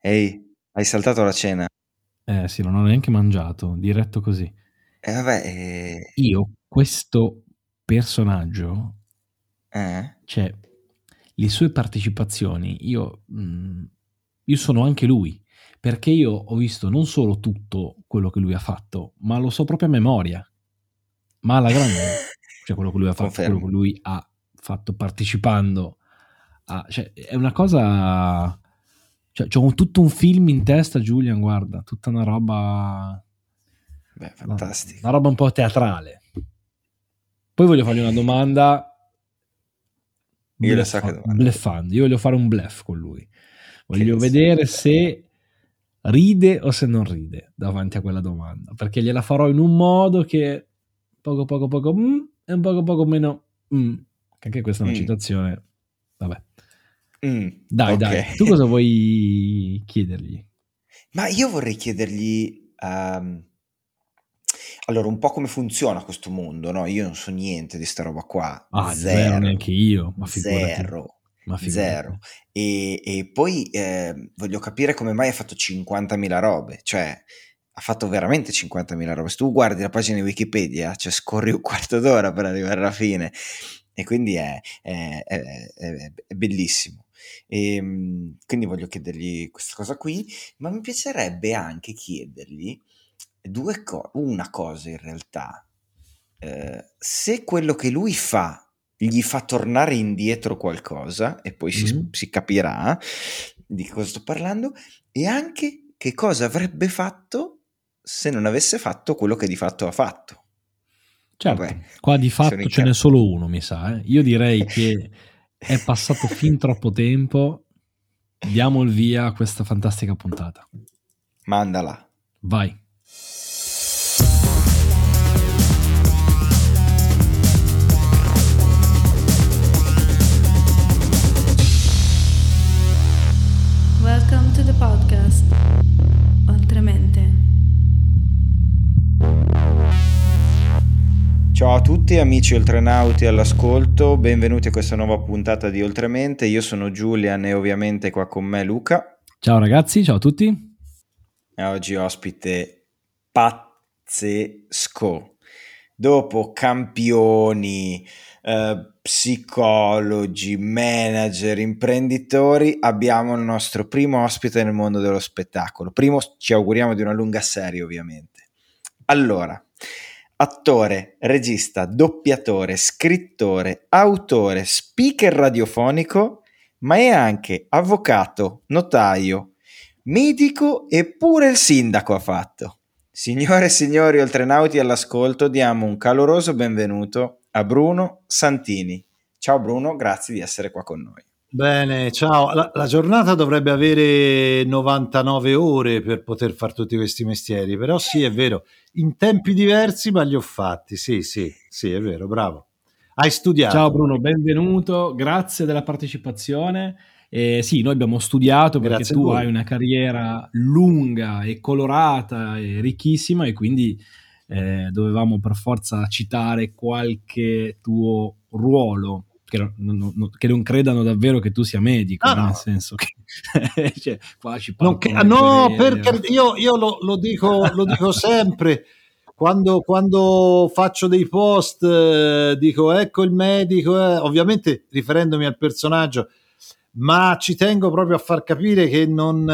Ehi, hai saltato la cena? Sì, non ho neanche mangiato, diretto così. E vabbè, Io, questo personaggio, eh? cioè, le sue partecipazioni, io sono anche lui, perché io ho visto non solo tutto quello che lui ha fatto, ma lo so proprio a memoria, ma alla grande, cioè quello che lui ha fatto, quello che Confermo. lui ha fatto partecipando cioè, è una cosa, cioè, c'ho tutto un film in testa, Julian, guarda, tutta Beh, una fantastico. roba un po' teatrale. Poi voglio fargli una domanda Io lo so che domanda. bleffando. Io voglio fare un bluff con lui. Che Voglio sì. vedere se ride o se non ride davanti a quella domanda. Perché gliela farò in un modo che poco poco poco e un poco poco meno che anche questa è una Mm, citazione. Vabbè. Dai, ok. dai. Tu cosa vuoi chiedergli? Ma io vorrei chiedergli, allora, un po' come funziona questo mondo, no? Io non so niente di sta roba qua, Ah, zero zero, neanche io. Ma figurati. zero, Ma zero. figurati. E poi voglio capire come mai ha fatto 50.000 robe, cioè ha fatto veramente 50.000 robe. Se tu guardi la pagina di Wikipedia, cioè scorri un quarto d'ora per arrivare alla fine, e quindi è bellissimo. Quindi voglio chiedergli questa cosa qui, ma mi piacerebbe anche chiedergli una cosa in realtà. Se quello che lui fa gli fa tornare indietro qualcosa, e poi Mm? si capirà di cosa sto parlando, e anche che cosa avrebbe fatto se non avesse fatto quello che di fatto ha fatto. Certo, Vabbè, qua di sono fatto ce n'è incar- solo uno, mi sa. Io direi che è passato fin troppo tempo. Diamo il via a questa fantastica puntata. Mandala. Vai. Welcome to the podcast Oltremente. Ciao a tutti amici oltrenauti all'ascolto, benvenuti a questa nuova puntata di Oltremente. Io sono Giulian e ovviamente qua con me Luca. Ciao ragazzi, ciao a tutti. E oggi ospite pazzesco. Dopo campioni, psicologi, manager, imprenditori, abbiamo il nostro primo ospite nel mondo dello spettacolo. Primo, ci auguriamo di una lunga serie, ovviamente. Allora, attore, regista, doppiatore, scrittore, autore, speaker radiofonico, ma è anche avvocato, notaio, medico e pure il sindaco ha fatto. Signore e signori oltrenauti all'ascolto, diamo un caloroso benvenuto a Bruno Santini. Ciao Bruno, grazie di essere qua con noi. Bene, ciao. La giornata dovrebbe avere 99 ore per poter fare tutti questi mestieri, però sì, è vero, in tempi diversi, ma li ho fatti. Sì, sì, sì, è vero, bravo. Hai Ciao studiato. Bruno, benvenuto, grazie della partecipazione. Sì, noi abbiamo studiato perché Grazie a tu hai voi. una carriera lunga e colorata e ricchissima e quindi dovevamo per forza citare qualche tuo ruolo, che non credano davvero che tu sia medico, No, nel no, senso che cioè, qua ci non partono le no, querele. perché io lo dico sempre. Quando faccio dei post, dico ecco il medico, ovviamente riferendomi al personaggio, ma ci tengo proprio a far capire che non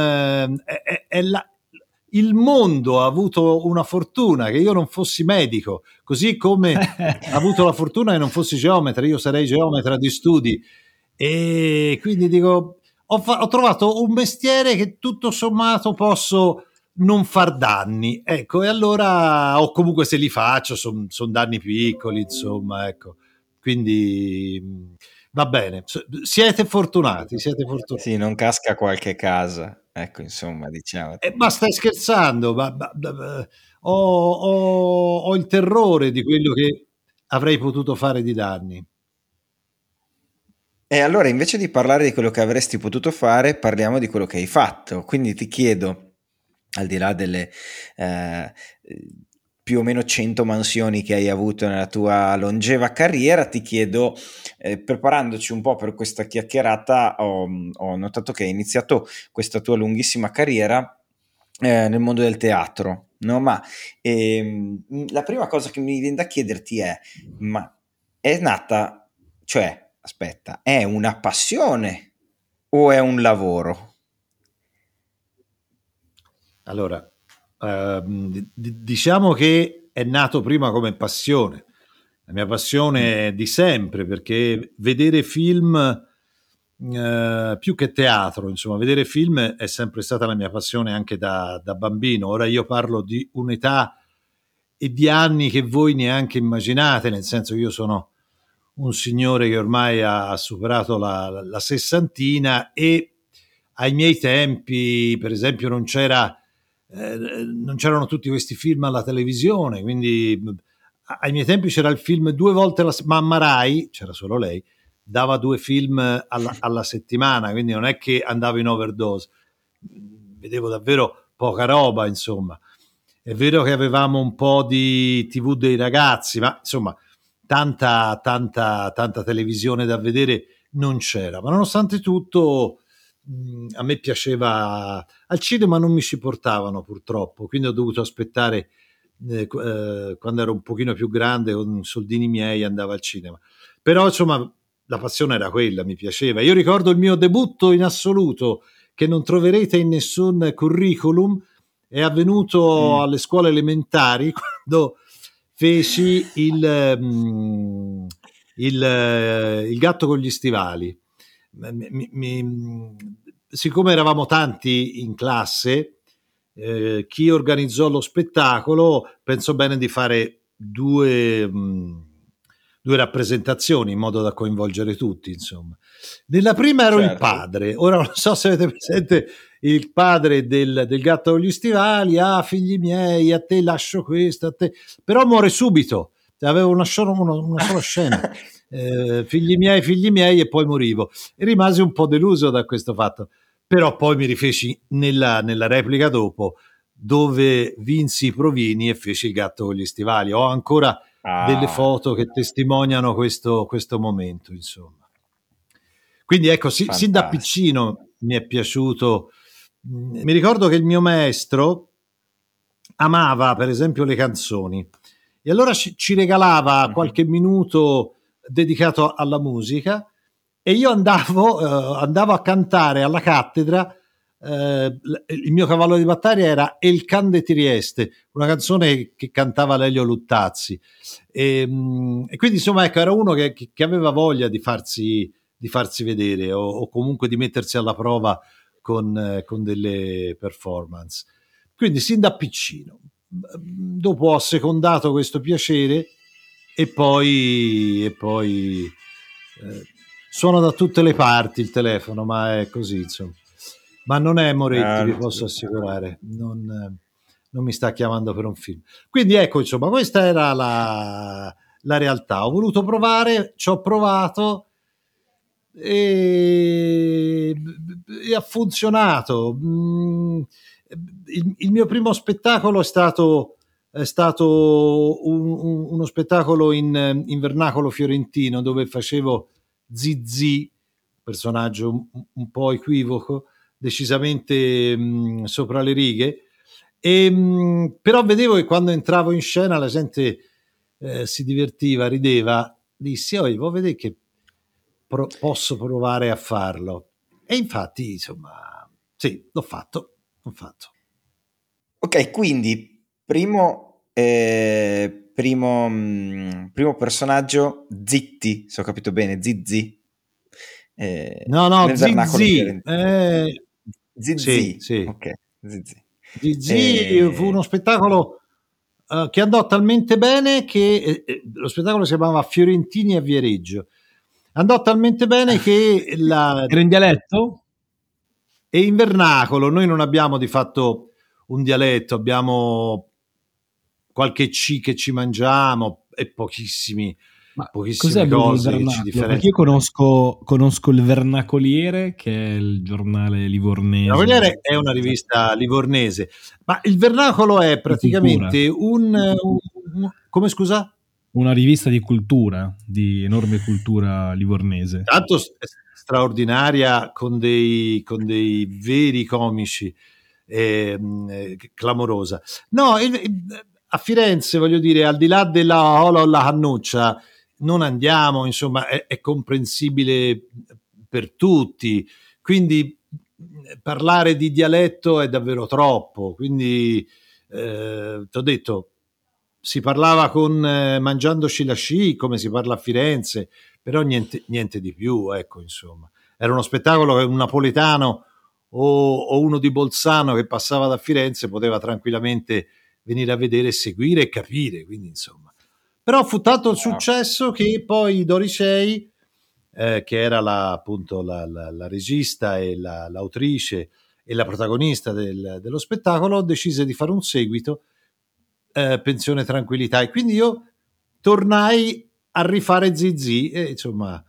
il mondo ha avuto una fortuna che io non fossi medico, così come ha avuto la fortuna che non fossi geometra, io sarei geometra di studi. E quindi dico, ho trovato un mestiere che tutto sommato posso non far danni, ecco, e allora, o comunque se li faccio, sono danni piccoli, insomma, ecco. Quindi va bene, siete fortunati, siete fortunati. Sì, non casca qualche casa. Ecco, insomma, diciamo. Ma stai scherzando? Ho il terrore di quello che avrei potuto fare di danni. E allora, invece di parlare di quello che avresti potuto fare, parliamo di quello che hai fatto. Quindi ti chiedo, al di là delle, eh, più o meno 100 mansioni che hai avuto nella tua longeva carriera, ti chiedo, preparandoci un po' per questa chiacchierata, ho notato che hai iniziato questa tua lunghissima carriera nel mondo del teatro, no? Ma la prima cosa che mi viene da chiederti è, ma è nata, cioè, aspetta, è una passione o è un lavoro? Allora, diciamo che è nato prima come passione, la mia passione è di sempre, perché vedere film, più che teatro, insomma, vedere film è sempre stata la mia passione anche da bambino. Ora io parlo di un'età e di anni che voi neanche immaginate, nel senso che io sono un signore che ormai ha superato la sessantina, e ai miei tempi, per esempio, non c'erano tutti questi film alla televisione, quindi ai miei tempi c'era il film 2 volte Mamma Rai, c'era solo lei, dava 2 film alla settimana, quindi non è che andavo in overdose, vedevo davvero poca roba, insomma. È vero che avevamo un po' di TV dei ragazzi, ma insomma tanta televisione da vedere non c'era, ma nonostante tutto a me piaceva. Al cinema non mi ci portavano purtroppo, quindi ho dovuto aspettare quando ero un pochino più grande, con soldini miei andavo al cinema, però insomma la passione era quella, mi piaceva. Io ricordo il mio debutto in assoluto, che non troverete in nessun curriculum, è avvenuto alle scuole elementari, quando feci il gatto con gli stivali. Siccome eravamo tanti in classe, chi organizzò lo spettacolo pensò bene di fare due rappresentazioni in modo da coinvolgere tutti, insomma. Nella prima ero il padre, ora non so se avete presente il padre del gatto con gli stivali. Figli miei, a te lascio questo, a te, però muore subito, avevo una sola scena. Figli miei, e poi morivo, e rimasi un po' deluso da questo fatto, però poi mi rifeci nella replica dopo, dove vinsi i provini e feci il gatto con gli stivali. Ho ancora delle foto che testimoniano questo momento, insomma. Quindi ecco, sin da piccino mi è piaciuto. Mi ricordo che il mio maestro amava per esempio le canzoni, e allora ci regalava qualche minuto dedicato alla musica, e io andavo a cantare alla cattedra. Il mio cavallo di battaglia era El Can de Trieste, una canzone che cantava Lelio Luttazzi, e quindi insomma ecco, era uno che aveva voglia di farsi vedere, o comunque di mettersi alla prova con delle performance. Quindi sin da piccino. Dopo ho assecondato questo piacere, e poi suona da tutte le parti il telefono, ma è così, insomma. Ma non è Moretti, vi posso assicurare, non mi sta chiamando per un film. Quindi ecco, insomma, questa era la realtà. Ho voluto provare, ci ho provato, e ha funzionato. Il mio primo spettacolo è stato uno spettacolo in vernacolo fiorentino, dove facevo Zizì, personaggio un po' equivoco, decisamente sopra le righe, però vedevo che quando entravo in scena la gente si divertiva, rideva. Dissi: vuoi vedere che posso provare a farlo? E infatti, insomma, sì, l'ho fatto. Ok, quindi primo personaggio, Zitti, se ho capito bene, Zizzi. No, Zizzi. Zizzi. Sì. Ok, Zizzi. Zizzi fu uno spettacolo che andò talmente bene che lo spettacolo si chiamava Fiorentini a Viareggio. Andò talmente bene che era in dialetto? E in vernacolo. Noi non abbiamo di fatto un dialetto, abbiamo qualche C che ci mangiamo e pochissimi Ma pochissime cos'è Bruno il cose ci Vernacolo? Perché differenziano. io conosco il Vernacoliere, che è il giornale La livornese Cavaliere è una rivista livornese, ma il Vernacolo è di cultura, praticamente come scusa? una rivista di cultura, di enorme cultura livornese. Tanto straordinaria con dei veri comici, clamorosa. No, a Firenze, voglio dire, al di là della Ola o la Cannuccia, non andiamo, insomma, è comprensibile per tutti, quindi parlare di dialetto è davvero troppo, quindi t'ho detto, si parlava mangiandoci la sci come si parla a Firenze, però niente di più, ecco, insomma. Era uno spettacolo che un napoletano o uno di Bolzano che passava da Firenze poteva tranquillamente venire a vedere, seguire e capire, quindi insomma. Però fu tanto il successo che poi Doricei, che era appunto la regista e l'autrice e la protagonista dello spettacolo, decise di fare un seguito, Pensione Tranquillità, e quindi io tornai a rifare Zizi e insomma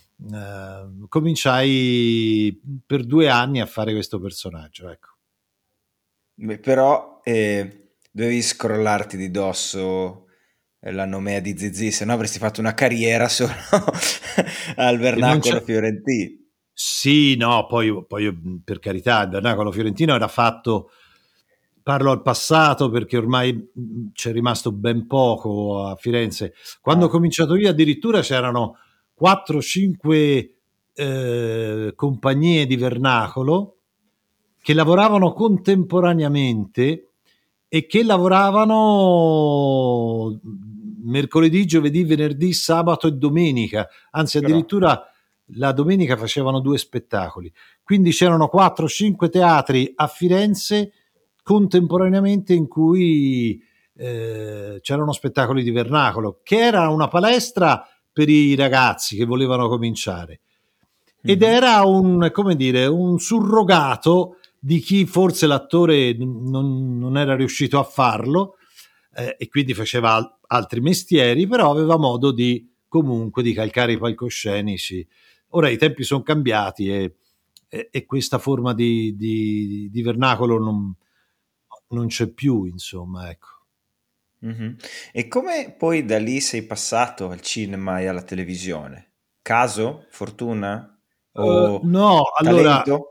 cominciai per 2 anni a fare questo personaggio, ecco. Beh, però dovevi scrollarti di dosso la nomea di Zizi, se no avresti fatto una carriera solo al Vernacolo fiorentino. Sì, no, poi per carità, il Vernacolo fiorentino era fatto, parlo al passato perché ormai c'è rimasto ben poco a Firenze. Quando ho cominciato io addirittura c'erano 4-5 compagnie di Vernacolo che lavoravano contemporaneamente e che lavoravano mercoledì, giovedì, venerdì, sabato e domenica, anzi addirittura la domenica facevano 2 spettacoli, quindi c'erano 4-5 teatri a Firenze contemporaneamente in cui c'erano spettacoli di Vernacolo, che era una palestra per i ragazzi che volevano cominciare, ed era un surrogato di chi forse l'attore non era riuscito a farlo, e quindi faceva altri mestieri, però aveva modo comunque di calcare i palcoscenici. Ora i tempi sono cambiati e questa forma di Vernacolo non c'è più, insomma, ecco. Mm-hmm. E come poi da lì sei passato al cinema e alla televisione? Caso? Fortuna? O No, talento?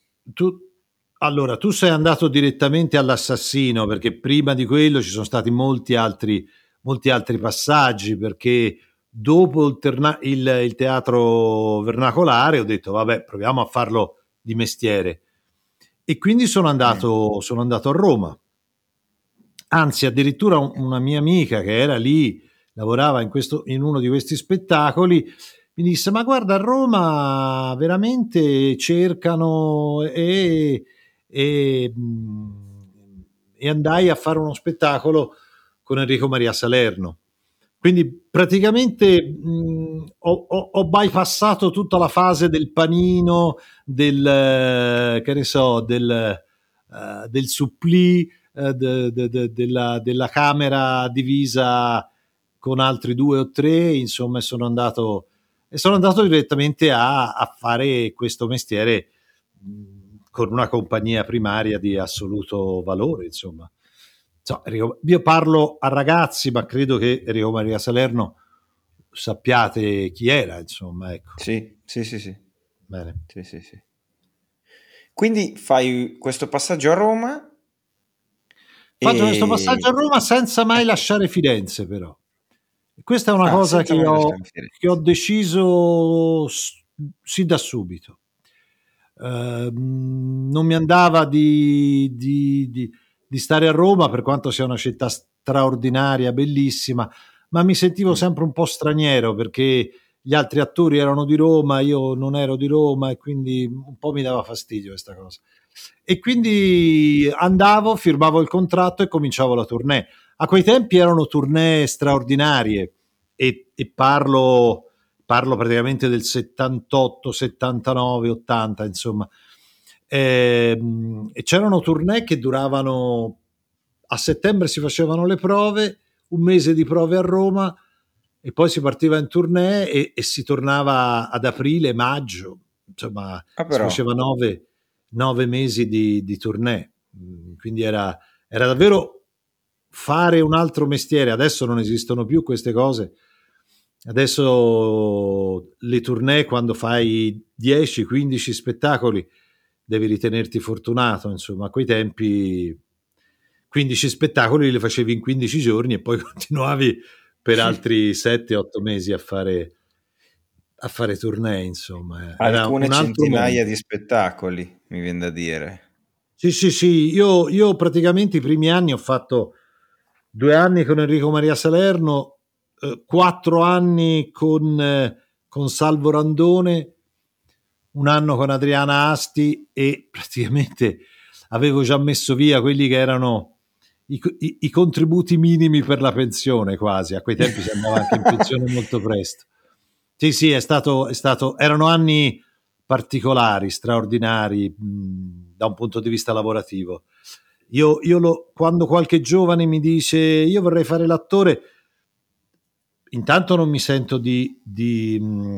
tu sei andato direttamente all'Assassino, perché prima di quello ci sono stati molti altri passaggi, perché dopo il teatro vernacolare ho detto vabbè, proviamo a farlo di mestiere, e quindi sono andato a Roma. Anzi, addirittura una mia amica che era lì, lavorava in uno di questi spettacoli, mi disse: ma guarda, a Roma veramente cercano, e andai a fare uno spettacolo con Enrico Maria Salerno. Quindi praticamente ho bypassato tutta la fase del panino, che ne so, del supplì, della camera divisa con altri 2 o 3, insomma, e sono andato direttamente a fare questo mestiere con una compagnia primaria di assoluto valore, insomma. Io parlo a ragazzi, ma credo che Enrico Maria Salerno sappiate chi era, insomma, ecco. Sì. Bene. Sì. Quindi fai questo passaggio a Roma. Faccio questo passaggio a Roma senza mai lasciare Firenze, però. Questa è una cosa che ho deciso sì da subito. Non mi andava di stare a Roma, per quanto sia una città straordinaria, bellissima, ma mi sentivo sempre un po' straniero, perché gli altri attori erano di Roma, io non ero di Roma, e quindi un po' mi dava fastidio questa cosa. E quindi andavo, firmavo il contratto e cominciavo la tournée. A quei tempi erano tournée straordinarie, e parlo praticamente del 78, 79, 80, insomma. E c'erano tournée che duravano, a settembre si facevano le prove, un mese di prove a Roma, e poi si partiva in tournée e si tornava ad aprile, maggio, insomma, si però. faceva 9 mesi di tournée. Quindi era davvero fare un altro mestiere. Adesso non esistono più queste cose. Adesso le tournée, quando fai 10-15 spettacoli, devi ritenerti fortunato. Insomma, a quei tempi 15 spettacoli li facevi in 15 giorni e poi continuavi per altri 7-8 mesi a fare tournée, insomma. Era Alcune un altro centinaia mondo. di spettacoli, mi viene da dire. Sì, io praticamente i primi anni ho fatto 2 anni con Enrico Maria Salerno, 4 anni con Salvo Randone, 1 anno con Adriana Asti, e praticamente avevo già messo via quelli che erano i contributi minimi per la pensione, quasi. A quei tempi si andava anche in pensione molto presto. Sì, erano anni particolari, straordinari, da un punto di vista lavorativo. Quando qualche giovane mi dice io vorrei fare l'attore, intanto non mi sento di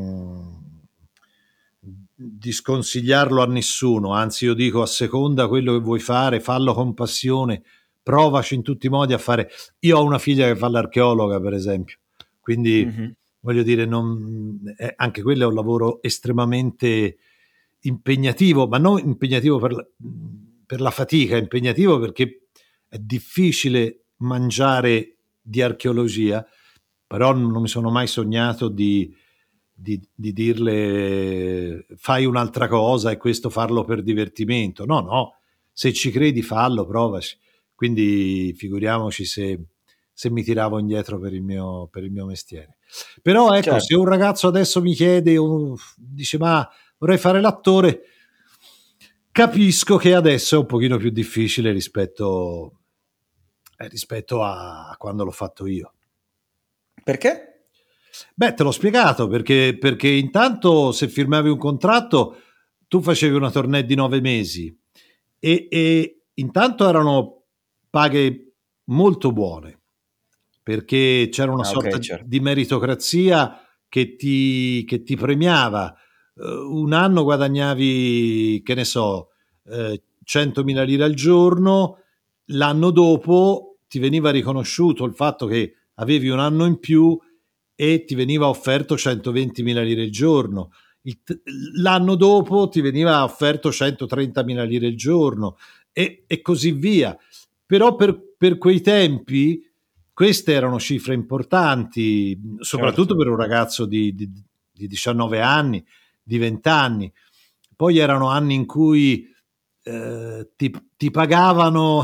sconsigliarlo a nessuno, anzi io dico, a seconda quello che vuoi fare, fallo con passione, provaci in tutti i modi a fare. Io ho una figlia che fa l'archeologa, per esempio, quindi voglio dire, anche quello è un lavoro estremamente impegnativo, ma non impegnativo per la fatica, è impegnativo perché è difficile mangiare di archeologia, però non mi sono mai sognato di dirle fai un'altra cosa e questo farlo per divertimento. No, se ci credi fallo, provaci. Quindi figuriamoci se mi tiravo indietro per il mio mestiere. Però ecco, certo, se un ragazzo adesso mi chiede, dice ma vorrei fare l'attore, capisco che adesso è un pochino più difficile rispetto a quando l'ho fatto io. Perché? Beh, te l'ho spiegato, perché intanto se firmavi un contratto tu facevi una tournée di 9 mesi e intanto erano paghe molto buone, perché c'era una sorta di meritocrazia che ti premiava. Un anno guadagnavi, che ne so, 100.000 lire al giorno, l'anno dopo ti veniva riconosciuto il fatto che avevi un anno in più e ti veniva offerto 120.000 lire al giorno. L'anno dopo ti veniva offerto 130.000 lire al giorno e così via. Però per quei tempi queste erano cifre importanti, soprattutto per un ragazzo di 19 anni, di 20 anni. Poi erano anni in cui ti pagavano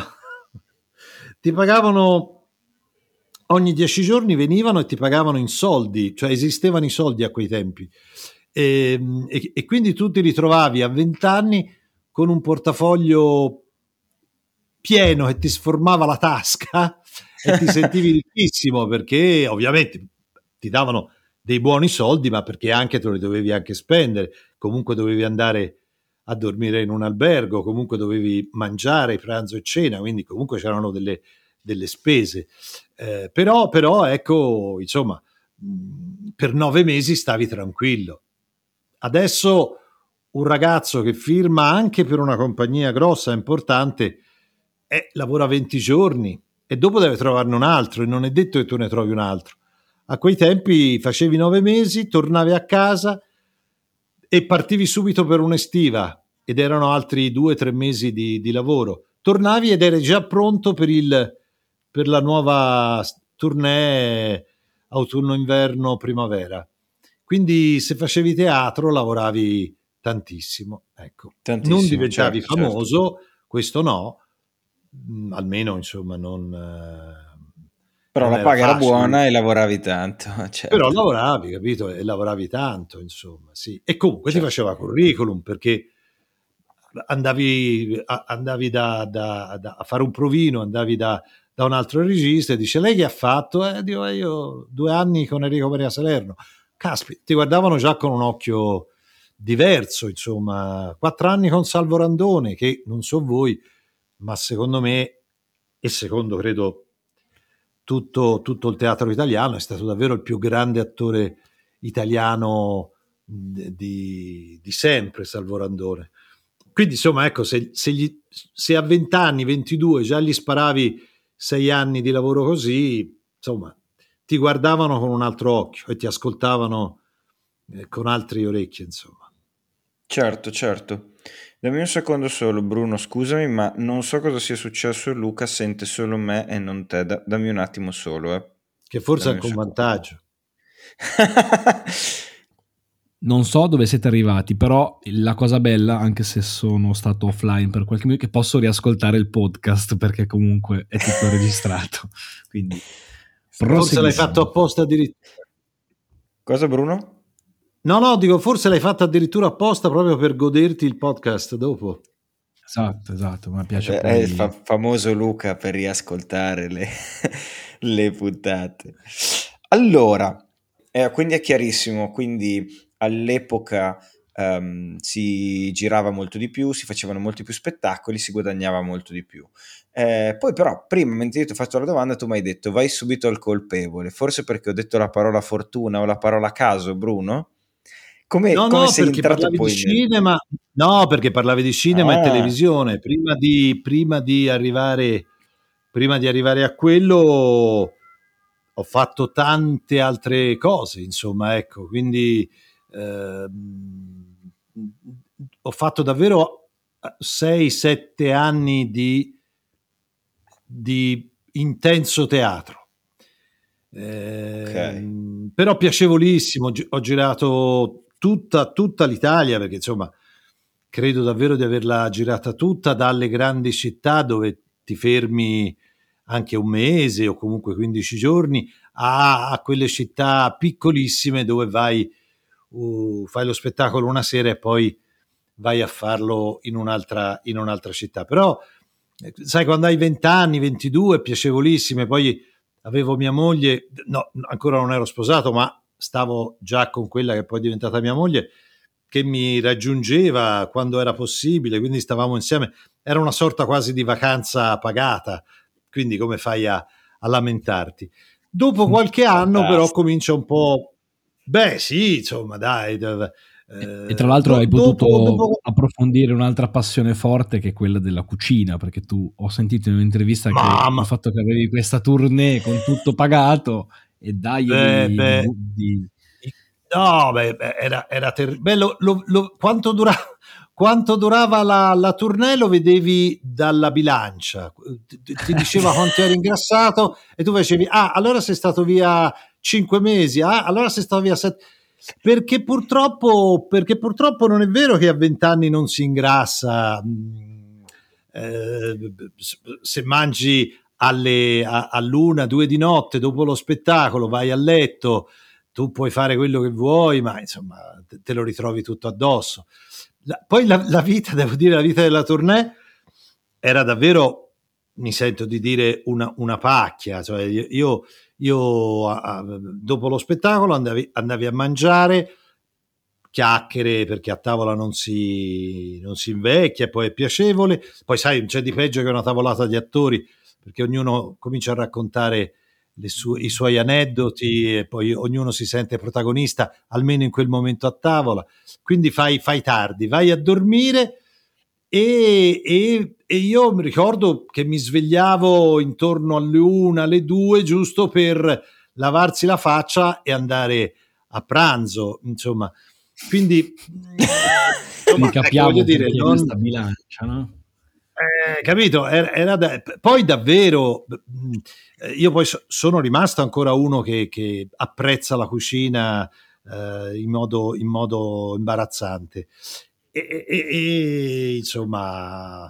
ogni 10 giorni, venivano e ti pagavano in soldi, cioè esistevano i soldi a quei tempi, e quindi tu ti ritrovavi a 20 anni con un portafoglio pieno che ti sformava la tasca e ti sentivi ricchissimo, perché ovviamente ti davano dei buoni soldi, ma perché anche te li dovevi anche spendere, comunque dovevi andare a dormire in un albergo, comunque dovevi mangiare pranzo e cena, quindi comunque c'erano delle spese, però ecco, insomma, per 9 mesi stavi tranquillo. Adesso un ragazzo che firma anche per una compagnia grossa, importante, lavora 20 giorni e dopo deve trovarne un altro, e non è detto che tu ne trovi un altro. A quei tempi facevi 9 mesi, tornavi a casa e partivi subito per un'estiva, ed erano altri 2-3 mesi di lavoro. Tornavi ed eri già pronto per la nuova tournée autunno, inverno, primavera. Quindi se facevi teatro lavoravi tantissimo, ecco. Tantissimo, non diventavi certo, famoso, certo. Questo no, almeno insomma non... Però non la paga era facile. buona e lavoravi tanto, certo. Però lavoravi, capito? E lavoravi tanto, insomma, sì. E comunque certo, ti faceva curriculum, perché andavi a fare un provino, andavi da un altro regista e dice lei che ha fatto? Dico, io 2 anni con Enrico Maria Salerno. Caspita, ti guardavano già con un occhio diverso, insomma. 4 anni con Salvo Randone, che non so voi, ma secondo me, e secondo credo tutto il teatro italiano. È stato davvero il più grande attore italiano di sempre, Salvo Randone. Quindi insomma, ecco, se a 20 anni, 22 già gli sparavi 6 anni di lavoro così, insomma, ti guardavano con un altro occhio e ti ascoltavano con altre orecchie, insomma. Certo. Dammi un secondo solo, Bruno, scusami, ma non so cosa sia successo. Luca sente solo me e non te. Dammi un attimo solo, Che forse è Dammi anche un vantaggio. Non so dove siete arrivati, però la cosa bella, anche se sono stato offline per qualche minuto, è che posso riascoltare il podcast, perché comunque è tutto registrato. Quindi forse l'hai fatto apposta addirittura. Cosa, Bruno? No, dico, forse l'hai fatto addirittura apposta proprio per goderti il podcast dopo. Esatto, mi piace. È il famoso Luca per riascoltare le puntate. Allora, quindi è chiarissimo, quindi all'epoca si girava molto di più, si facevano molti più spettacoli, si guadagnava molto di più. Poi però, prima, mentre io ti ho fatto la domanda, tu mi hai detto vai subito al colpevole, forse perché ho detto la parola fortuna o la parola caso, Bruno? Come sei perché entrato parlavi poi di cinema. No, perché parlavi di cinema e televisione. Prima di arrivare a quello ho fatto tante altre cose, insomma, ecco, quindi ho fatto davvero 6-7 anni di intenso teatro. Però piacevolissimo. Ho girato tutta l'Italia, perché insomma credo davvero di averla girata tutta, dalle grandi città dove ti fermi anche un mese o comunque 15 giorni a quelle città piccolissime dove vai, fai lo spettacolo una sera e poi vai a farlo in un'altra città. Però sai, quando hai 20 anni, 22, piacevolissime. Poi avevo mia moglie, no, ancora non ero sposato, ma stavo già con quella che poi è diventata mia moglie, che mi raggiungeva quando era possibile, quindi stavamo insieme. Era una sorta quasi di vacanza pagata, quindi come fai a lamentarti? Dopo qualche anno però comincia un po'... Beh sì, insomma, dai... E tra l'altro hai potuto approfondire un'altra passione forte, che è quella della cucina, perché ho sentito in un'intervista che il fatto che avevi questa tournée con tutto pagato e no, era terribile. Quanto durava la tournée lo vedevi dalla bilancia, ti diceva quanto eri ingrassato e tu facevi allora sei stato via 5 mesi, allora sei stato via 7, perché purtroppo non è vero che a 20 anni non si ingrassa. Se mangi all'1, 2 di notte dopo lo spettacolo, vai a letto, tu puoi fare quello che vuoi, ma insomma te lo ritrovi tutto addosso. Poi la vita, devo dire, la vita della tournée era davvero, mi sento di dire, una pacchia. Cioè io dopo lo spettacolo andavi a mangiare, chiacchiere, perché a tavola non si invecchia e poi è piacevole. Poi sai, non c'è di peggio che una tavolata di attori, perché ognuno comincia a raccontare i suoi aneddoti e poi ognuno si sente protagonista, almeno in quel momento a tavola. Quindi fai tardi, vai a dormire e io mi ricordo che mi svegliavo intorno alle 1, alle 2, giusto per lavarsi la faccia e andare a pranzo, insomma. Quindi insomma, capiamo dire, questa bilancia, no? Capito? Poi davvero io poi sono rimasto ancora uno che apprezza la cucina in modo imbarazzante e insomma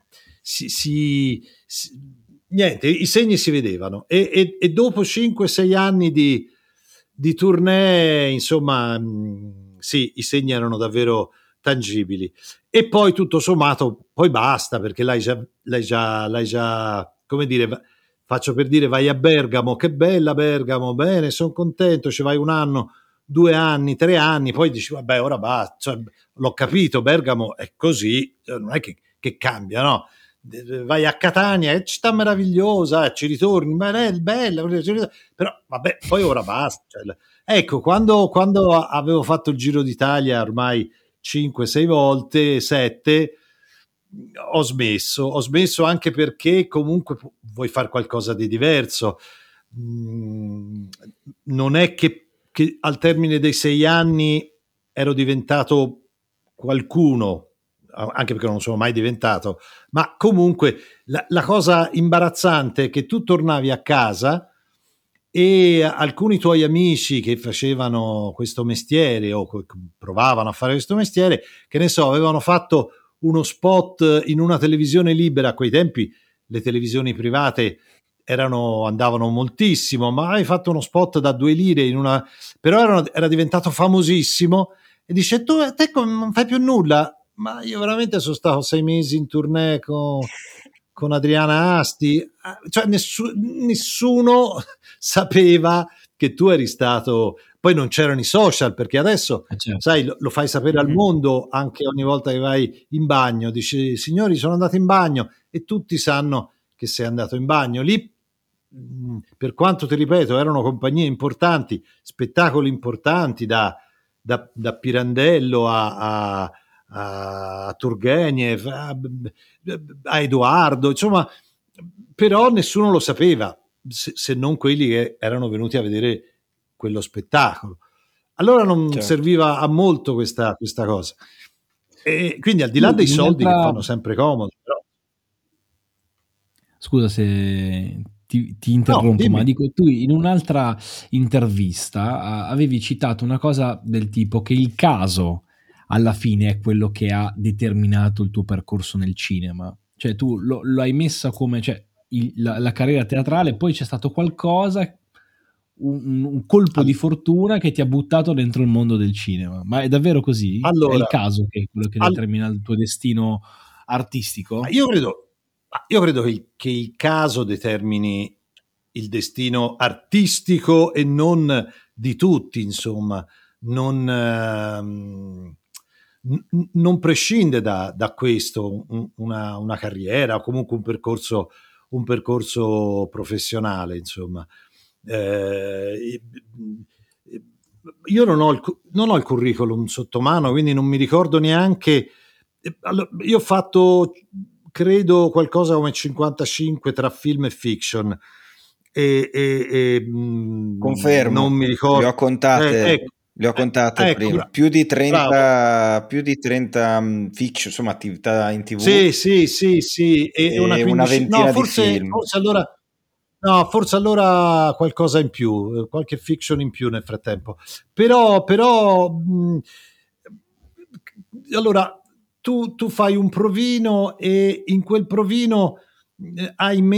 niente, i segni si vedevano e dopo 5-6 anni di tournée, insomma, sì, i segni erano davvero tangibili. E poi tutto sommato poi basta, perché l'hai già, come dire, faccio per dire, vai a Bergamo, che bella Bergamo, bene, sono contento, ci vai 1 anno, 2 anni, 3 anni, poi dici vabbè, ora basta, cioè, l'ho capito, Bergamo è così, non è che cambia, no? vai a Catania, è città meravigliosa, ci ritorni, ma è bella, però vabbè, poi ora basta. Cioè, ecco, quando avevo fatto il Giro d'Italia ormai 5-6 volte, 7, ho smesso anche perché comunque vuoi fare qualcosa di diverso. Non è che al termine dei 6 anni ero diventato qualcuno, anche perché non sono mai diventato, ma comunque la cosa imbarazzante è che tu tornavi a casa e alcuni tuoi amici che facevano questo mestiere o provavano a fare questo mestiere, che ne so, avevano fatto uno spot in una televisione libera. A quei tempi le televisioni private andavano moltissimo, ma hai fatto uno spot da 2 lire però era diventato famosissimo, e dice: te non fai più nulla? Ma io veramente sono stato 6 mesi in tournée con Adriana Asti, cioè nessuno sapeva che tu eri stato. Poi non c'erano i social, perché adesso certo, sai, lo fai sapere al mondo anche ogni volta che vai in bagno, dici: signori, sono andato in bagno, e tutti sanno che sei andato in bagno. Lì, per quanto ti ripeto, erano compagnie importanti, spettacoli importanti, da Pirandello a Turgenev, a Edoardo, insomma, però nessuno lo sapeva, se non quelli che erano venuti a vedere quello spettacolo. Allora non serviva a molto questa cosa. E quindi, al di là dei soldi, che fanno sempre comodo, però... Scusa se ti interrompo, ma dico, tu in un'altra intervista avevi citato una cosa del tipo che il caso alla fine è quello che ha determinato il tuo percorso nel cinema. Cioè tu lo hai messa come, cioè, la carriera teatrale, poi c'è stato qualcosa, un colpo di fortuna che ti ha buttato dentro il mondo del cinema. Ma è davvero così? Allora, è il caso che è quello che determina il tuo destino artistico? Io credo che il caso determini il destino artistico e non di tutti, insomma. Non prescinde da questo una carriera, o comunque un percorso professionale, insomma. Io non ho il curriculum sotto mano, quindi non mi ricordo neanche. Allora, io ho fatto, credo, qualcosa come 55 tra film e fiction, confermo, non mi ricordo. Le ho contate prima, più di 30 fiction, insomma, attività in TV. Sì, e una ventina di film. Forse allora qualcosa in più, qualche fiction in più nel frattempo. Però allora tu fai un provino, e in quel provino hai in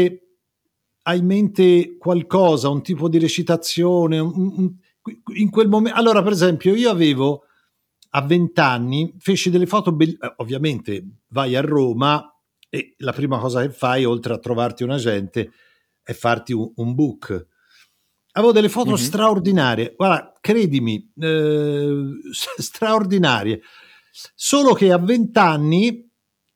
mente qualcosa, un tipo di recitazione, in quel momento. Allora, per esempio, io avevo, a 20 anni, feci delle foto ovviamente vai a Roma e la prima cosa che fai, oltre a trovarti un agente, è farti un book. Avevo delle foto straordinarie, guarda, credimi, straordinarie, solo che a 20 anni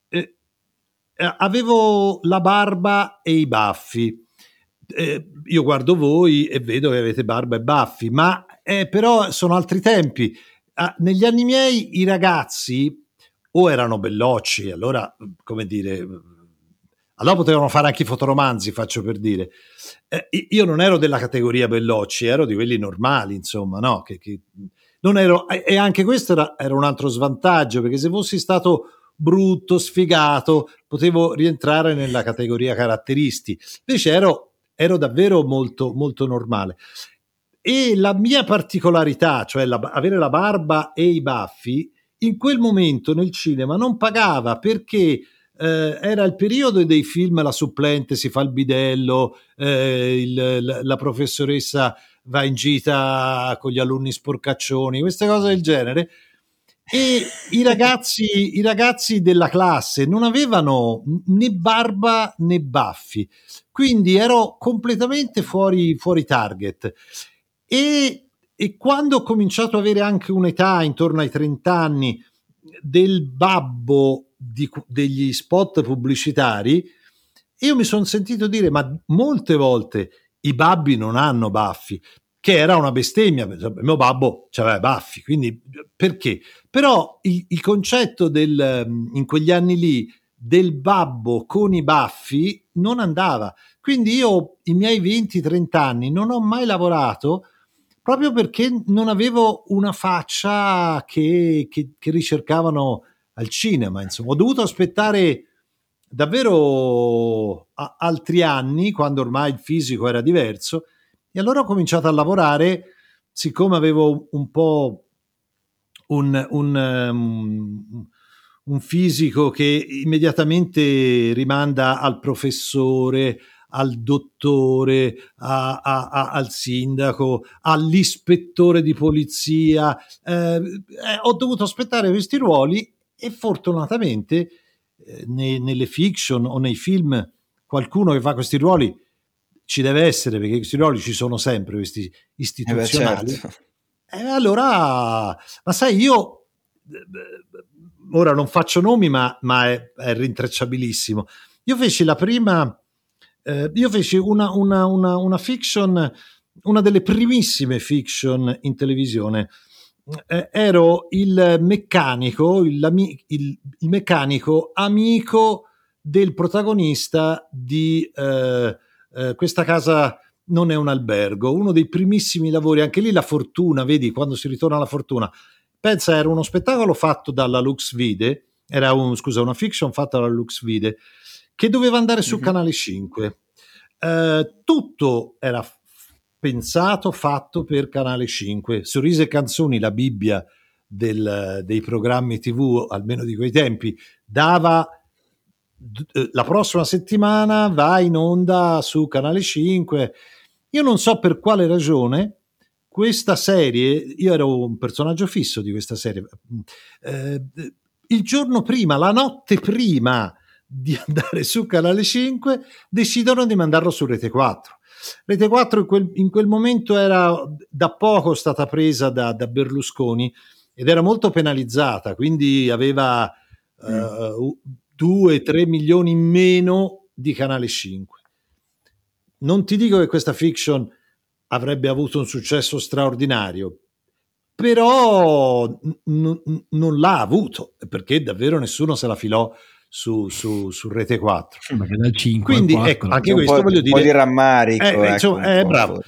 avevo la barba e i baffi. Io guardo voi e vedo che avete barba e baffi, ma però sono altri tempi. Negli anni miei i ragazzi o erano bellocci, allora, come dire, allora potevano fare anche i fotoromanzi, faccio per dire. Io non ero della categoria bellocci, ero di quelli normali, insomma, no? Che non ero, e anche questo era un altro svantaggio, perché se fossi stato brutto, sfigato, potevo rientrare nella categoria caratteristi. Invece ero davvero molto, molto normale. E la mia particolarità, cioè avere la barba e i baffi, in quel momento nel cinema non pagava, perché era il periodo dei film La supplente, si fa il bidello, la professoressa va in gita con gli alunni sporcaccioni, queste cose del genere, e i ragazzi della classe non avevano né barba né baffi, quindi ero completamente fuori target. E quando ho cominciato ad avere anche un'età intorno ai 30 anni, del babbo degli spot pubblicitari, io mi sono sentito dire, ma molte volte i babbi non hanno baffi, che era una bestemmia. Mio babbo aveva i baffi, quindi perché? Però il concetto in quegli anni lì del babbo con i baffi non andava. Quindi io i miei 20-30 anni non ho mai lavorato proprio perché non avevo una faccia che ricercavano al cinema. Insomma, ho dovuto aspettare davvero altri anni, quando ormai il fisico era diverso, e allora ho cominciato a lavorare, siccome avevo un po' un fisico che immediatamente rimanda al professore, al dottore, al sindaco, all'ispettore di polizia. Ho dovuto aspettare questi ruoli e fortunatamente nelle fiction o nei film qualcuno che fa questi ruoli ci deve essere, perché questi ruoli ci sono sempre, questi istituzionali. Certo. Allora, ma sai, io ora non faccio nomi, ma è rintracciabilissimo. Io feci la prima, io feci una fiction, una delle primissime fiction in televisione. Ero il meccanico, il meccanico amico del protagonista di Questa casa non è un albergo, uno dei primissimi lavori. Anche lì la fortuna, vedi, quando si ritorna alla fortuna. Pensa, era uno spettacolo fatto dalla Lux Vide, era una fiction fatta dalla Lux Vide, che doveva andare su Canale 5. Tutto era pensato, fatto per Canale 5. Sorrisi e canzoni, la Bibbia dei programmi TV, almeno di quei tempi, dava la prossima settimana va in onda su Canale 5. Io non so per quale ragione questa serie, io ero un personaggio fisso di questa serie, il giorno prima, la notte prima di andare su Canale 5, decidono di mandarlo su Rete 4. Rete 4 in quel momento era da poco stata presa da Berlusconi ed era molto penalizzata, quindi aveva 2-3 milioni in meno di Canale 5. Non ti dico che questa fiction avrebbe avuto un successo straordinario, però non l'ha avuto, perché davvero nessuno se la filò su Rete 4. Dal 5 quindi 4, ecco, anche questo voglio dire, un po' di rammarico, insomma, bravo.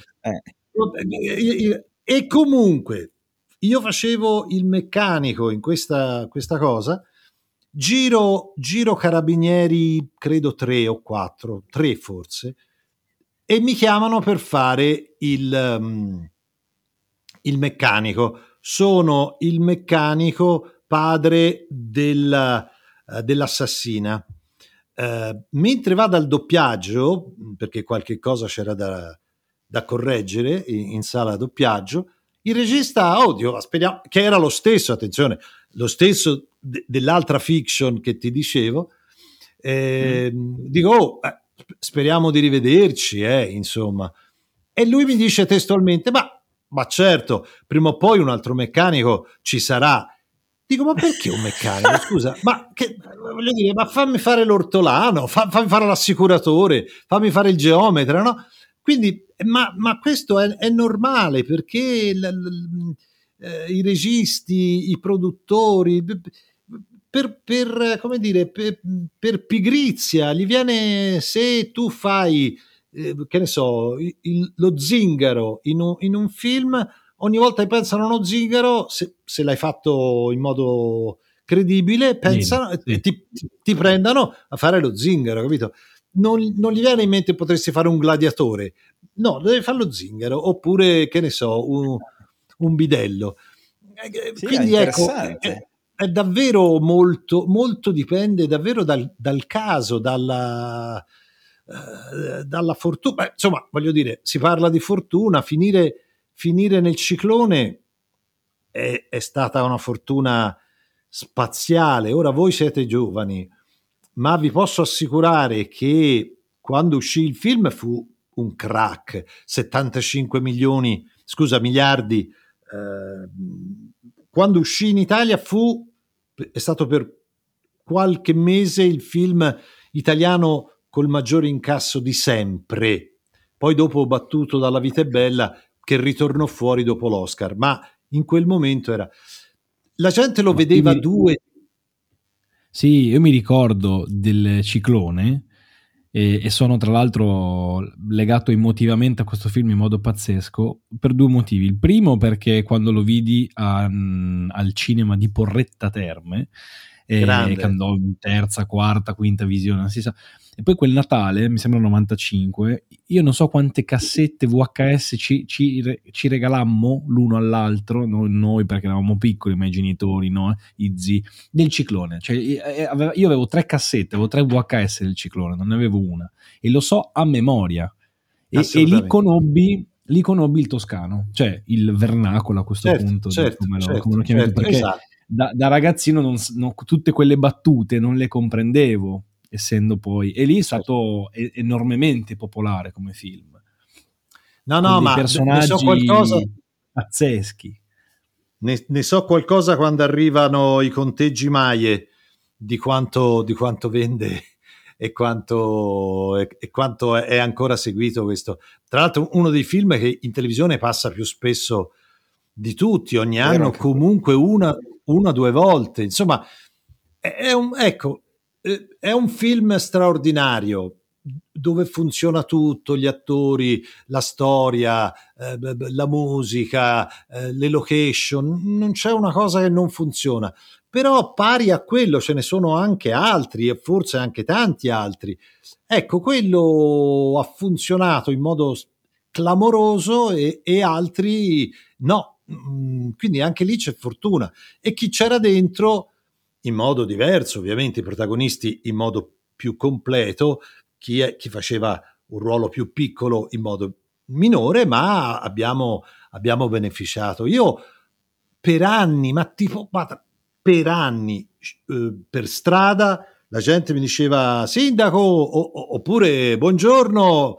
E comunque io facevo il meccanico in questa cosa. Giro Carabinieri, credo 3 o 4, 3 forse, e mi chiamano per fare il meccanico. Sono il meccanico padre dell'assassina. Mentre vado al doppiaggio, perché qualche cosa c'era da correggere in sala doppiaggio, il regista audio, speriamo, che era lo stesso, attenzione, lo stesso dell'altra fiction che ti dicevo, dico, speriamo di rivederci, insomma. E lui mi dice testualmente, ma certo, prima o poi un altro meccanico ci sarà. Dico, ma perché un meccanico? Scusa, voglio dire, ma fammi fare l'ortolano, fammi fare l'assicuratore, fammi fare il geometra, no? Quindi, ma questo è normale, perché i registi, i produttori, come dire, per pigrizia gli viene, se tu fai che ne so, lo zingaro in un film, ogni volta che pensano a uno zingaro, se l'hai fatto in modo credibile, pensano, sì. ti prendano a fare lo zingaro, capito? Non gli viene in mente potresti fare un gladiatore, no, devi fare lo zingaro, oppure che ne so, un bidello. Sì, quindi ecco, è davvero molto, molto dipende davvero dal caso, dalla fortuna. Insomma, voglio dire, si parla di fortuna, finire nel ciclone è stata una fortuna spaziale. Ora voi siete giovani, ma vi posso assicurare che quando uscì il film fu un crack, 75 miliardi. Quando uscì in Italia è stato per qualche mese il film italiano col maggiore incasso di sempre, poi dopo battuto dalla Vita è bella, che ritornò fuori dopo l'Oscar, ma in quel momento era... La gente lo vedeva due... Sì, io mi ricordo del Ciclone e sono tra l'altro legato emotivamente a questo film in modo pazzesco per due motivi. Il primo perché quando lo vidi al cinema di Porretta Terme, che andò in terza, quarta, quinta visione, non si sa. E poi quel Natale, mi sembra 95, io non so quante cassette VHS ci regalammo l'uno all'altro, noi perché eravamo piccoli, ma i genitori, no? I zii, del Ciclone. Cioè, io avevo 3 cassette, avevo 3 VHS del Ciclone, non ne avevo una. E lo so a memoria. E lì conobbi il toscano, cioè il vernacolo a questo punto, come lo chiami tu, perché esatto. Da ragazzino tutte quelle battute non le comprendevo, essendo poi, e lì è stato enormemente popolare come film. No, ma personaggi ne so qualcosa, pazzeschi. Ne so qualcosa quando arrivano i conteggi Maie di quanto vende e quanto è ancora seguito questo. Tra l'altro uno dei film che in televisione passa più spesso di tutti, ogni anno comunque una o due volte, insomma è un film straordinario dove funziona tutto, gli attori, la storia, la musica, le location, non c'è una cosa che non funziona, però pari a quello ce ne sono anche altri e forse anche tanti altri. Ecco, quello ha funzionato in modo clamoroso e altri no. Quindi anche lì c'è fortuna, e chi c'era dentro in modo diverso, ovviamente i protagonisti in modo più completo, chi faceva un ruolo più piccolo in modo minore, ma abbiamo beneficiato. Io per anni, per anni, per strada la gente mi diceva sindaco oppure buongiorno.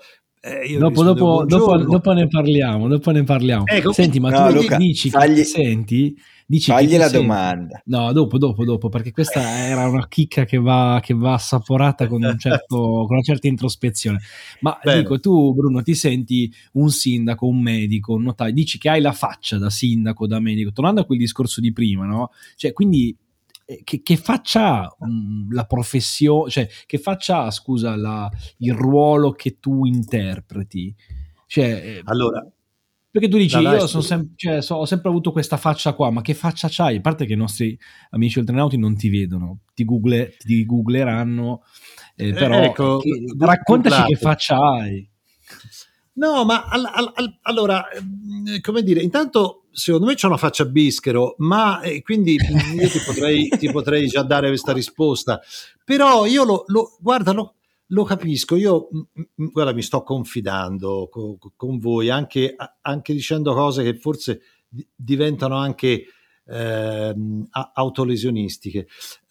Dopo ne parliamo. Ecco, senti, ma no, tu Luca, dici fagli la domanda. No, dopo, perché questa era una chicca che va assaporata con una certa introspezione. Ma bene. Dico, tu Bruno ti senti un sindaco, un medico, un notaio, dici che hai la faccia da sindaco, da medico, tornando a quel discorso di prima, no? Cioè, quindi che faccia ha la professione, cioè che faccia ha, scusa, il ruolo che tu interpreti, cioè allora, perché tu dici io ho sempre avuto questa faccia qua, ma che faccia c'hai? A parte che i nostri amici oltrenauti non ti vedono, ti googleranno, però ecco, raccontaci che faccia hai. No, ma allora, come dire, intanto secondo me c'è una faccia bischero, ma quindi io ti potrei già dare questa risposta, però io lo capisco, io guarda, mi sto confidando con voi, anche dicendo cose che forse diventano anche autolesionistiche.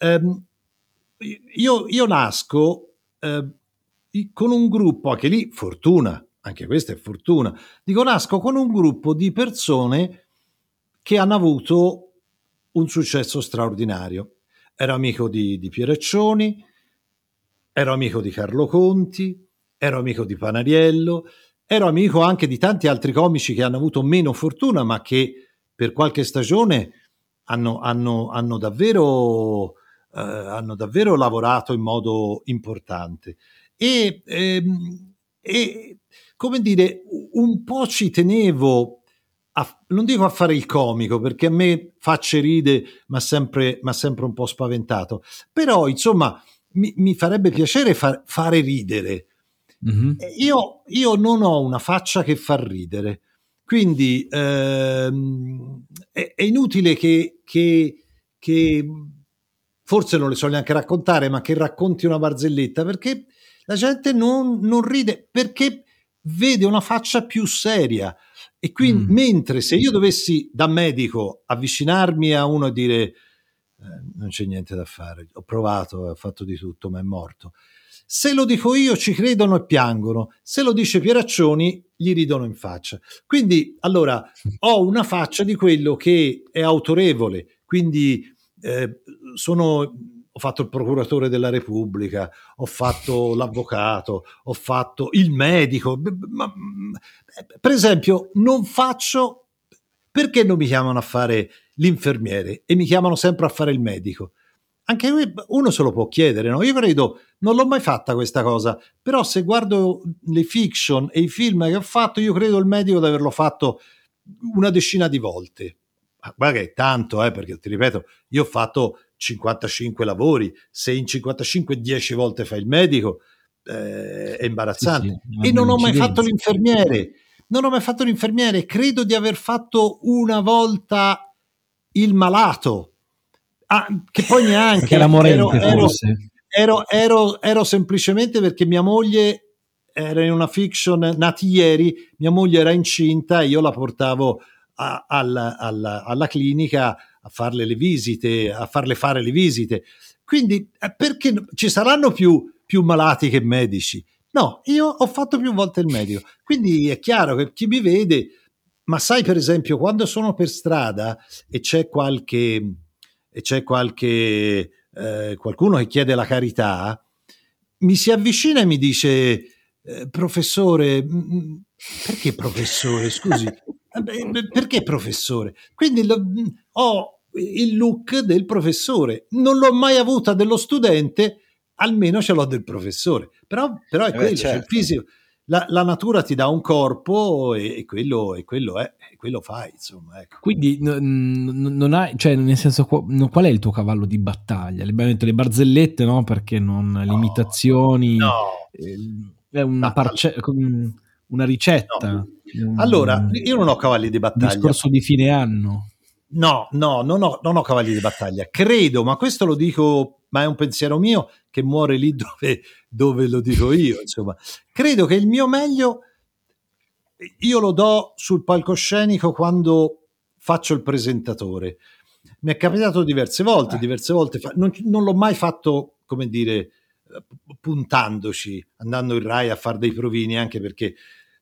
Io nasco con un gruppo, anche lì fortuna, anche questa è fortuna, nasco con un gruppo di persone che hanno avuto un successo straordinario. Ero amico di Pieraccioni, ero amico di Carlo Conti, ero amico di Panariello, ero amico anche di tanti altri comici che hanno avuto meno fortuna, ma che per qualche stagione hanno davvero lavorato in modo importante. E come dire, un po' ci tenevo non dico a fare il comico, perché a me facce ride m'ha sempre un po' spaventato, però insomma mi farebbe piacere fare ridere. Mm-hmm. Io non ho una faccia che fa ridere, quindi è inutile che forse non le so neanche raccontare, ma che racconti una barzelletta, perché la gente non ride, perché vede una faccia più seria. E quindi, mentre se io dovessi da medico avvicinarmi a uno e dire non c'è niente da fare, ho provato, ho fatto di tutto, ma è morto, se lo dico io ci credono e piangono, se lo dice Pieraccioni gli ridono in faccia. Quindi allora ho una faccia di quello che è autorevole, quindi ho fatto il procuratore della Repubblica, ho fatto l'avvocato, ho fatto il medico. Per esempio, non faccio... Perché non mi chiamano a fare l'infermiere e mi chiamano sempre a fare il medico? Anche uno se lo può chiedere, no? Io credo, non l'ho mai fatta questa cosa, però se guardo le fiction e i film che ho fatto, io credo il medico di averlo fatto una decina di volte. Guarda che è tanto, perché ti ripeto, io ho fatto 55 lavori, se in 55 10 volte fai il medico è imbarazzante. Sì, e non ho mai fatto l'infermiere. Non ho mai fatto l'infermiere, credo di aver fatto una volta il malato. Che poi neanche perché era morente, forse ero semplicemente perché mia moglie era in una fiction Nati ieri, mia moglie era incinta e io la portavo alla clinica a farle le visite, a farle fare le visite. Quindi perché ci saranno più malati che medici? No, io ho fatto più volte il medico, quindi è chiaro che chi mi vede, ma sai, per esempio, quando sono per strada e c'è qualche qualcuno che chiede la carità, mi si avvicina e mi dice professore, perché professore? Scusi, perché professore? Quindi ho il look del professore, non l'ho mai avuta dello studente, almeno ce l'ho del professore, però è quello, certo. cioè il fisico. La natura ti dà un corpo e quello fai, insomma, ecco. Quindi non hai, cioè, nel senso, qual è il tuo cavallo di battaglia? Abbiamo detto le barzellette, no? Perché non le imitazioni? No. È una una ricetta. No. Allora, io non ho cavalli di battaglia. Discorso di fine anno. No, non ho cavalli di battaglia. Credo, ma questo lo dico, ma è un pensiero mio che muore lì dove lo dico io, insomma. Credo che il mio meglio io lo do sul palcoscenico quando faccio il presentatore. Mi è capitato diverse volte non l'ho mai fatto, come dire, puntandoci, andando in Rai a fare dei provini, anche perché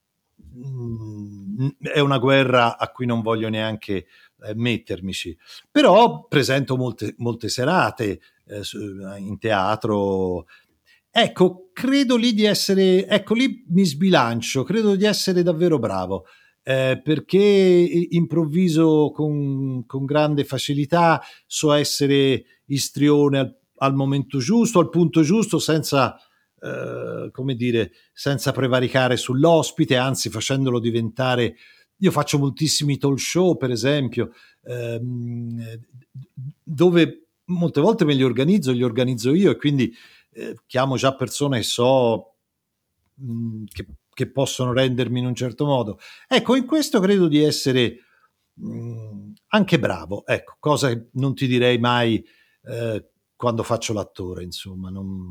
è una guerra a cui non voglio neanche mettermici, però presento molte serate in teatro. Ecco, credo lì di essere, ecco lì mi sbilancio, credo di essere davvero bravo, perché improvviso con grande facilità, so essere istrione al momento giusto, al punto giusto, senza come dire, senza prevaricare sull'ospite, anzi facendolo diventare... Io faccio moltissimi talk show, per esempio, dove molte volte me li organizzo io, e quindi chiamo già persone che so che possono rendermi in un certo modo. Ecco, in questo credo di essere anche bravo, ecco, cosa che non ti direi mai quando faccio l'attore, insomma.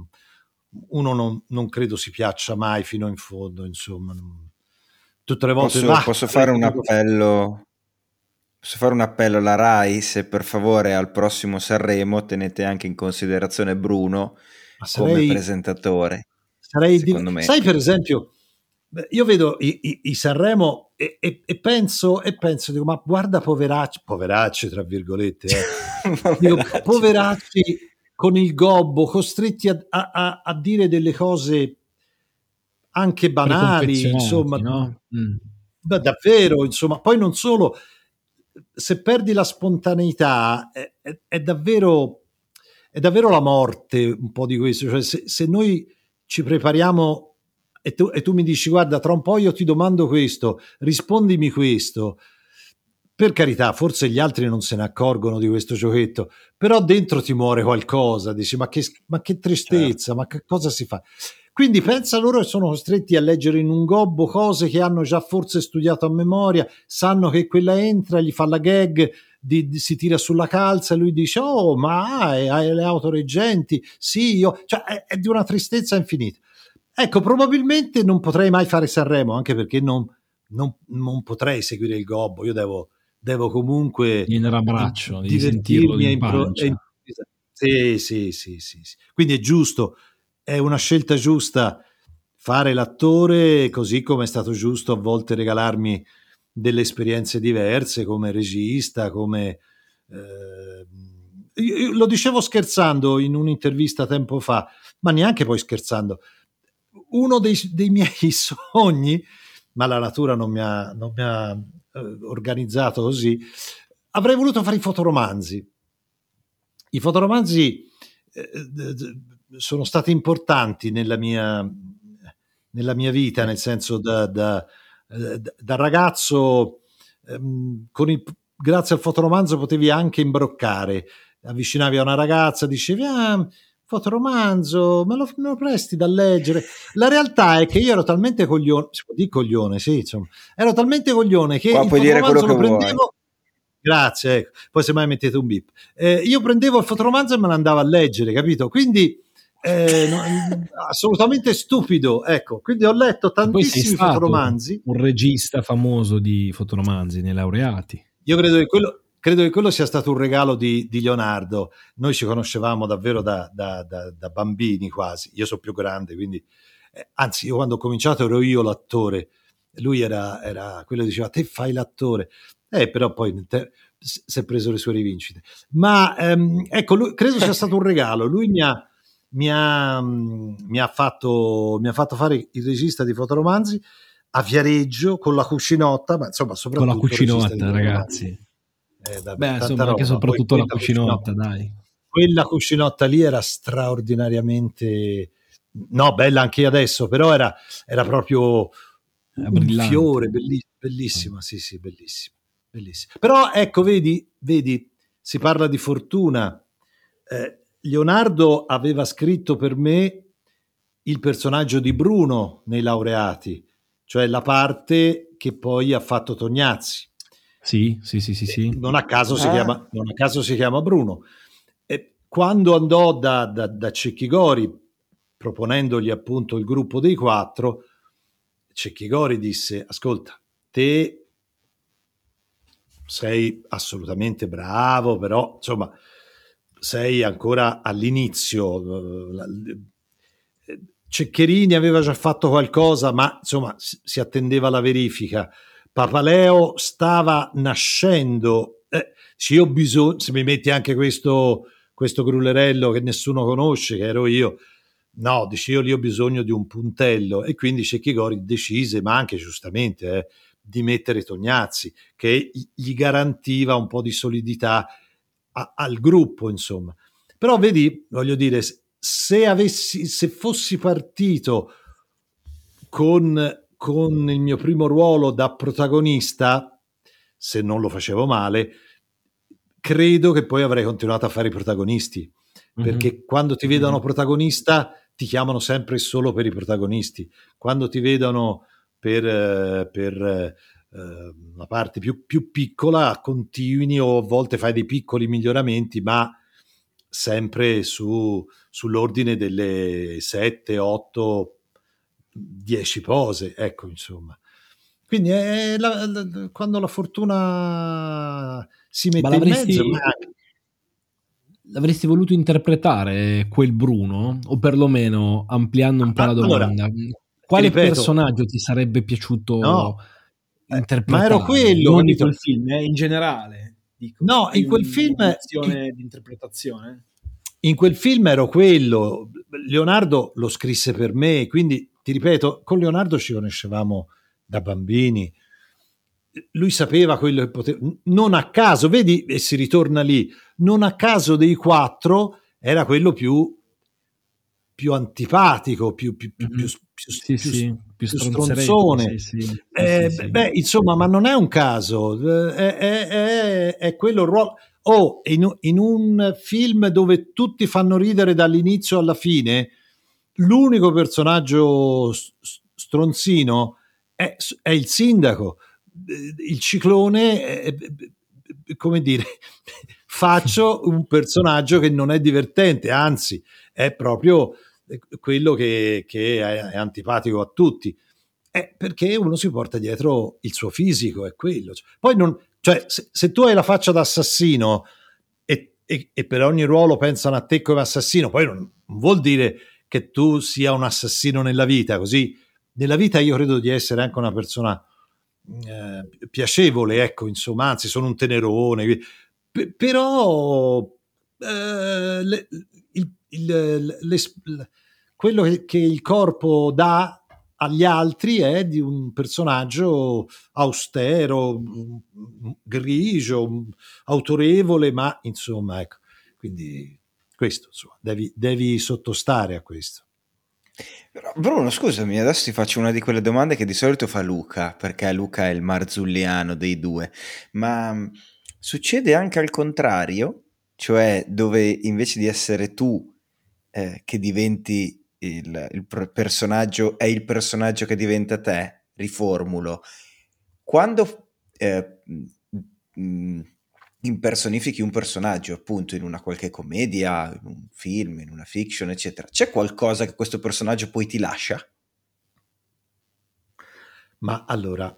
Uno non credo si piaccia mai fino in fondo, insomma. Tutte le volte posso fare un appello. Posso fare un appello alla Rai, se per favore al prossimo Sanremo tenete anche in considerazione Bruno come presentatore. Secondo me. Sai, per esempio, io vedo i Sanremo e penso, dico, ma guarda poveracci tra virgolette, dico, poveracci con il gobbo, costretti a dire delle cose anche banali, insomma, no? Davvero, insomma, poi non solo, se perdi la spontaneità è davvero la morte un po' di questo, cioè se noi ci prepariamo e tu mi dici guarda tra un po' io ti domando questo, rispondimi questo, per carità forse gli altri non se ne accorgono di questo giochetto, però dentro ti muore qualcosa, dici ma che tristezza, certo. Ma che cosa si fa? Quindi pensa loro che sono costretti a leggere in un gobbo cose che hanno già forse studiato a memoria, sanno che quella entra, gli fa la gag, si tira sulla calza e lui dice oh ma hai le autoreggenti, sì io, cioè è di una tristezza infinita. Ecco, probabilmente non potrei mai fare Sanremo, anche perché non potrei seguire il gobbo, io devo comunque in abbraccio, devi sentirlo in pancia. Sì. Quindi è giusto, è una scelta giusta fare l'attore, così come è stato giusto a volte regalarmi delle esperienze diverse come regista, come io lo dicevo scherzando in un'intervista tempo fa, ma neanche poi scherzando. Uno dei miei sogni, ma la natura non mi ha organizzato così, avrei voluto fare i fotoromanzi. I fotoromanzi sono stati importanti nella mia vita, nel senso da ragazzo, grazie al fotoromanzo potevi anche imbroccare, avvicinavi a una ragazza, dicevi fotoromanzo, me lo presti da leggere? La realtà è che io ero talmente coglione, si può dire coglione, sì, insomma, ero talmente coglione che qua il puoi dire quello fotoromanzo che lo prendevo. vuoi. Grazie, ecco. Poi se mai mettete un bip. Io prendevo il fotoromanzo e me lo andavo a leggere, capito? Quindi assolutamente stupido, ecco. Quindi ho letto tantissimi fotoromanzi. Un regista famoso di fotoromanzi nei laureati. Io credo che quello sia stato un regalo di Leonardo. Noi ci conoscevamo davvero da bambini quasi. Io sono più grande, quindi anzi, io quando ho cominciato ero io l'attore. Lui era quello che diceva te fai l'attore. Però poi si è preso le sue rivincite. Ma ecco, lui, credo sia stato un regalo. Lui mi ha fatto fare il regista di fotoromanzi a Viareggio con la cucinotta, ma insomma soprattutto con la cucinotta, ragazzi. Beh, insomma, anche soprattutto la cucinotta, dai. Quella cucinotta lì era straordinariamente, no, bella anche adesso, però era proprio un fiore, bellissima, sì, bellissima. Bellissimo. Però ecco, vedi, si parla di fortuna. Leonardo aveva scritto per me il personaggio di Bruno nei laureati, cioè la parte che poi ha fatto Tognazzi. Sì. Non a caso si chiama Bruno. E quando andò da Cecchi Gori, proponendogli appunto il gruppo dei 4, Cecchi Gori disse: ascolta, te sei assolutamente bravo, però insomma sei ancora all'inizio. Ceccherini aveva già fatto qualcosa, ma insomma si attendeva la verifica. Papaleo stava nascendo. Se io ho bisogno, se mi metti anche questo grullerello che nessuno conosce, che ero io, no, dice io lì ho bisogno di un puntello, e quindi Cecchi Gori decise, ma anche giustamente, di mettere Tognazzi, che gli garantiva un po' di solidità al gruppo, insomma. Però vedi, voglio dire, se fossi partito con il mio primo ruolo da protagonista, se non lo facevo male, credo che poi avrei continuato a fare i protagonisti, perché quando ti vedono protagonista ti chiamano sempre solo per i protagonisti. Quando ti vedono per una parte più piccola continui, o a volte fai dei piccoli miglioramenti, ma sempre sull'ordine delle 7, 8, 10 pose, ecco, insomma. Quindi quando la fortuna si mette in mezzo. L'avresti voluto interpretare quel Bruno, o perlomeno, ampliando un po' la domanda, quale personaggio ti sarebbe piaciuto interpretare? Ma ero quello, non di quel film, in generale. Dico, no, in quel film di interpretazione. In quel film ero quello. Leonardo lo scrisse per me, quindi ti ripeto, con Leonardo ci conoscevamo da bambini. Lui sapeva quello che poteva, non a caso, vedi, e si ritorna lì, non a caso dei 4 era quello più antipatico, più stronzone. Sì. Beh, insomma, ma non è un caso, è quello il ruolo. In un film dove tutti fanno ridere dall'inizio alla fine, l'unico personaggio stronzino è il sindaco. Il Ciclone, come dire, faccio un personaggio che non è divertente, anzi è proprio quello che è antipatico a tutti, perché uno si porta dietro il suo fisico, è quello. Poi se tu hai la faccia da assassino e per ogni ruolo pensano a te come assassino, poi non vuol dire che tu sia un assassino nella vita. Così nella vita io credo di essere anche una persona piacevole, ecco, insomma, anzi sono un tenerone, però quello che il corpo dà agli altri è di un personaggio austero, grigio, autorevole, ma insomma, ecco, quindi questo, insomma, devi sottostare a questo. Però, Bruno, scusami, adesso ti faccio una di quelle domande che di solito fa Luca, perché Luca è il marzulliano dei due, ma succede anche al contrario, cioè dove invece di essere tu che diventi il personaggio, è il personaggio che diventa te, riformulo, quando impersonifichi un personaggio appunto in una qualche commedia, in un film, in una fiction, eccetera, c'è qualcosa che questo personaggio poi ti lascia? Ma allora,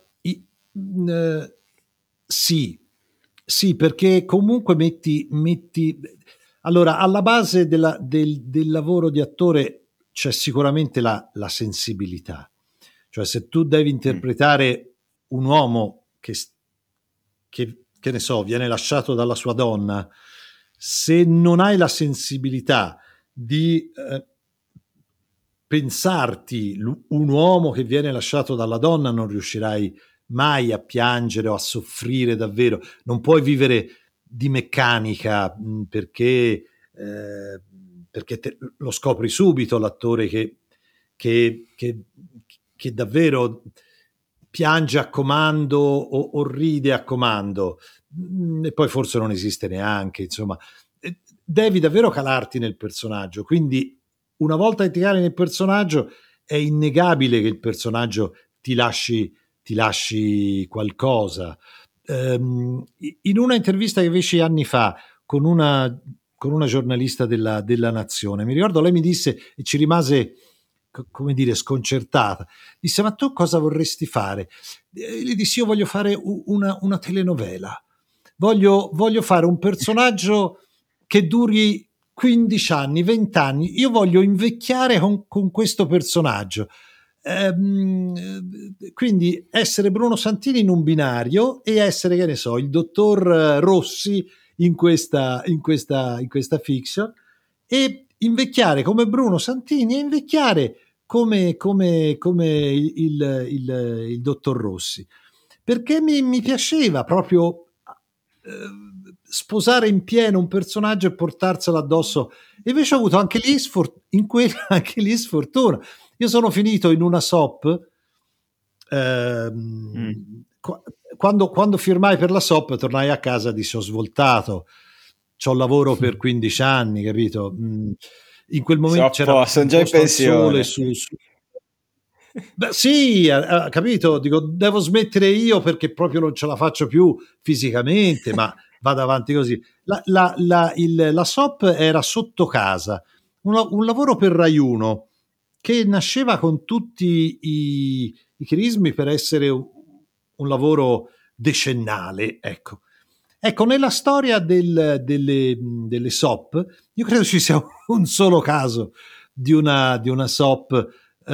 sì, perché comunque metti allora, alla base del lavoro di attore c'è sicuramente la sensibilità. Cioè, se tu devi interpretare un uomo che ne so, viene lasciato dalla sua donna, se non hai la sensibilità di pensarti un uomo che viene lasciato dalla donna, non riuscirai mai a piangere o a soffrire davvero. Non puoi vivere di meccanica perché lo scopri subito l'attore che davvero piange a comando o ride a comando, e poi forse non esiste neanche, insomma. Devi davvero calarti nel personaggio, quindi una volta che ti cali nel personaggio è innegabile che il personaggio ti lasci qualcosa. In una intervista che feci anni fa con una giornalista della Nazione, mi ricordo, lei mi disse, e ci rimase, come dire, sconcertata, disse: ma tu cosa vorresti fare? Gli dissi: io voglio fare una telenovela, voglio fare un personaggio che duri 15 anni, 20 anni, io voglio invecchiare con questo personaggio. Quindi essere Bruno Santini in un binario e essere, che ne so, il dottor Rossi in questa fiction, e invecchiare come Bruno Santini e invecchiare come il dottor Rossi, perché mi piaceva proprio sposare in pieno un personaggio e portarselo addosso. E invece ho avuto anche lì sfortuna. Io sono finito in una soap, quando firmai per la soap, tornai a casa e dissi: ho svoltato, c'ho lavoro per 15 anni, capito? In quel momento c'era sono già in pensione. Sole su. Beh, sì, capito? Dico, devo smettere io perché proprio non ce la faccio più fisicamente, ma vado avanti così. La soap era sotto casa, un lavoro per Rai 1 che nasceva con tutti i crismi per essere un lavoro decennale, ecco. Ecco, nella storia delle soap, io credo ci sia un solo caso di una soap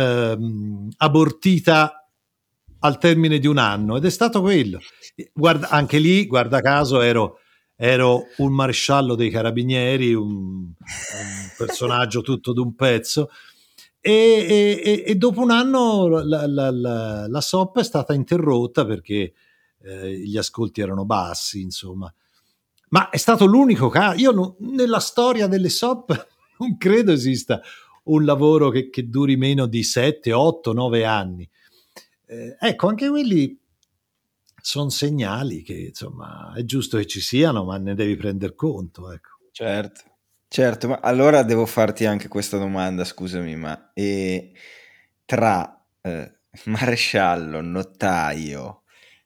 abortita al termine di un anno, ed è stato quello. Anche lì, guarda caso, ero un maresciallo dei carabinieri, un personaggio tutto d'un pezzo, e dopo un anno la soap è stata interrotta perché gli ascolti erano bassi, insomma. Ma è stato l'unico caso. Io nella storia delle soap non credo esista un lavoro che duri meno di 7, 8, 9 anni. Ecco, anche quelli sono segnali che, insomma, è giusto che ci siano, ma ne devi prendere conto, ecco. Certo, ma allora devo farti anche questa domanda, scusami, ma tra maresciallo, notaio,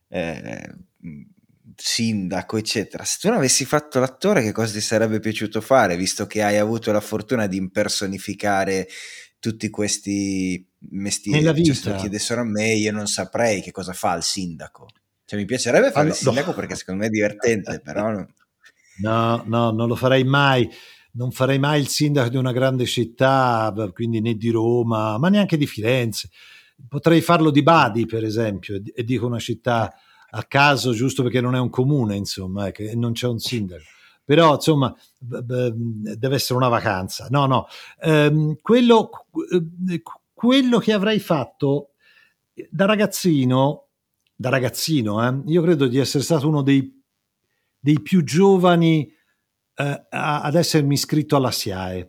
sindaco, eccetera, se tu non avessi fatto l'attore, che cosa ti sarebbe piaciuto fare, visto che hai avuto la fortuna di impersonificare tutti questi mestieri? Nella vita. Cioè, se lo chiedessero a me, io non saprei che cosa fa il sindaco. Cioè, mi piacerebbe fare il sindaco, no, perché secondo me è divertente, però no, non lo farei mai. Non farei mai il sindaco di una grande città, quindi né di Roma, ma neanche di Firenze. Potrei farlo di Bari, per esempio, e dico una città a caso, giusto perché non è un comune, insomma, che non c'è un sindaco. però insomma deve essere una vacanza. No, quello che avrei fatto da ragazzino, io credo di essere stato uno dei più giovani ad essermi iscritto alla SIAE,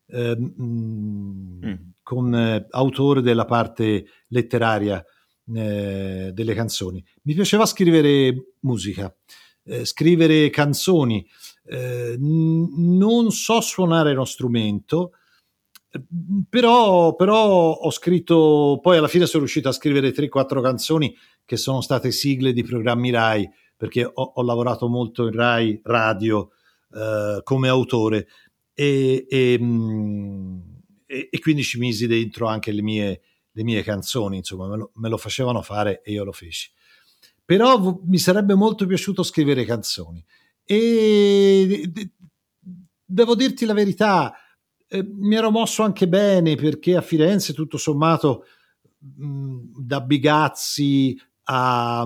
come autore della parte letteraria delle canzoni. Mi piaceva scrivere musica, scrivere canzoni. Non so suonare uno strumento, però ho scritto, poi alla fine sono riuscito a scrivere 3-4 canzoni che sono state sigle di programmi Rai, perché ho lavorato molto in Rai Radio come autore e quindi ci misi dentro anche le mie canzoni, insomma me lo facevano fare e io lo feci. Però mi sarebbe molto piaciuto scrivere canzoni e devo dirti la verità, mi ero mosso anche bene, perché a Firenze tutto sommato da Bigazzi a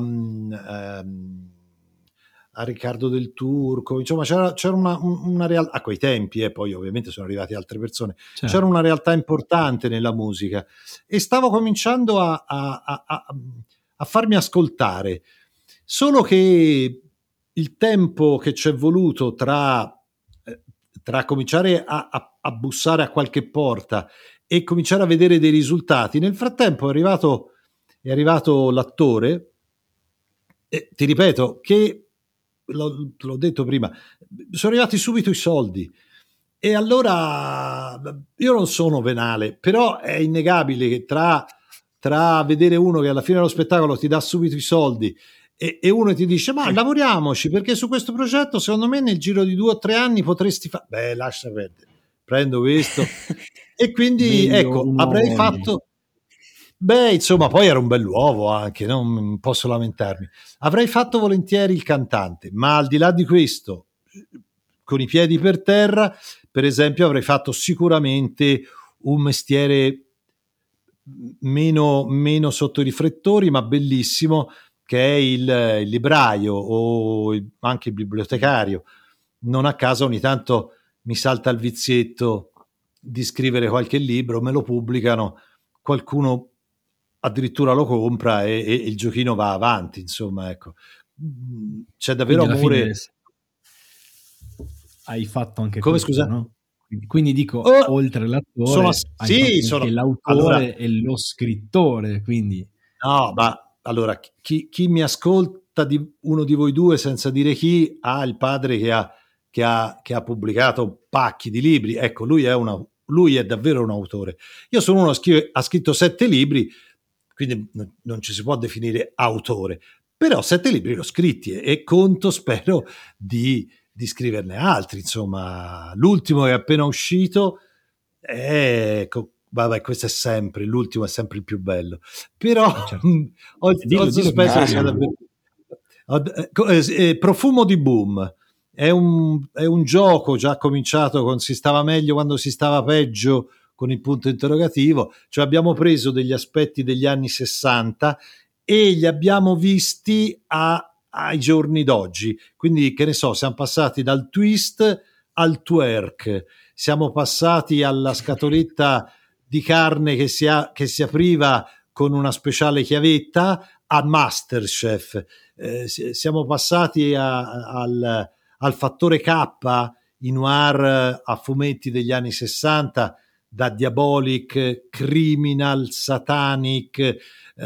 Riccardo del Turco, insomma c'era una realtà a quei tempi, e poi ovviamente sono arrivate altre persone, certo. C'era una realtà importante nella musica e stavo cominciando a farmi ascoltare, solo che il tempo che ci è voluto tra cominciare a bussare a qualche porta e cominciare a vedere dei risultati, nel frattempo è arrivato l'attore, e ti ripeto che l'ho detto prima, sono arrivati subito i soldi, e allora io non sono venale, però è innegabile che tra vedere uno che alla fine dello spettacolo ti dà subito i soldi e uno ti dice ma lavoriamoci, perché su questo progetto secondo me nel giro di 2 o 3 anni potresti fare, lascia perdere, prendo questo e quindi ecco, avrei fatto, insomma, poi era un bell'uovo anche, non posso lamentarmi, avrei fatto volentieri il cantante, ma al di là di questo, con i piedi per terra, per esempio, avrei fatto sicuramente un mestiere meno sotto i riflettori, ma bellissimo, che è il libraio o anche il bibliotecario. Non a caso ogni tanto mi salta il vizietto di scrivere qualche libro, me lo pubblicano, qualcuno addirittura lo compra e il giochino va avanti, insomma, ecco. C'è davvero amore. Hai fatto anche come questo, scusa? No? Quindi dico, oltre l'attore, anche l'autore e lo scrittore, quindi... No, ma allora, chi mi ascolta, uno di voi due, senza dire chi, ha il padre che ha pubblicato pacchi di libri. Ecco, lui è davvero un autore. Io sono uno che ha scritto 7 libri, quindi non ci si può definire autore, però 7 libri l'ho scritti e conto, spero, di scriverne altri. Insomma, l'ultimo che è appena uscito è... Vabbè, questo è sempre, l'ultimo è sempre il più bello, però certo. ho il sospetto che sia davvero... Profumo di Boom è un gioco già cominciato con Si stava meglio quando si stava peggio, con il punto interrogativo, cioè abbiamo preso degli aspetti degli anni 60 e li abbiamo visti ai giorni d'oggi, quindi che ne so, siamo passati dal twist al twerk, siamo passati alla scatoletta di carne che si apriva con una speciale chiavetta a Masterchef, siamo passati al fattore K, i noir a fumetti degli anni 60, da Diabolic, Criminal, Satanic,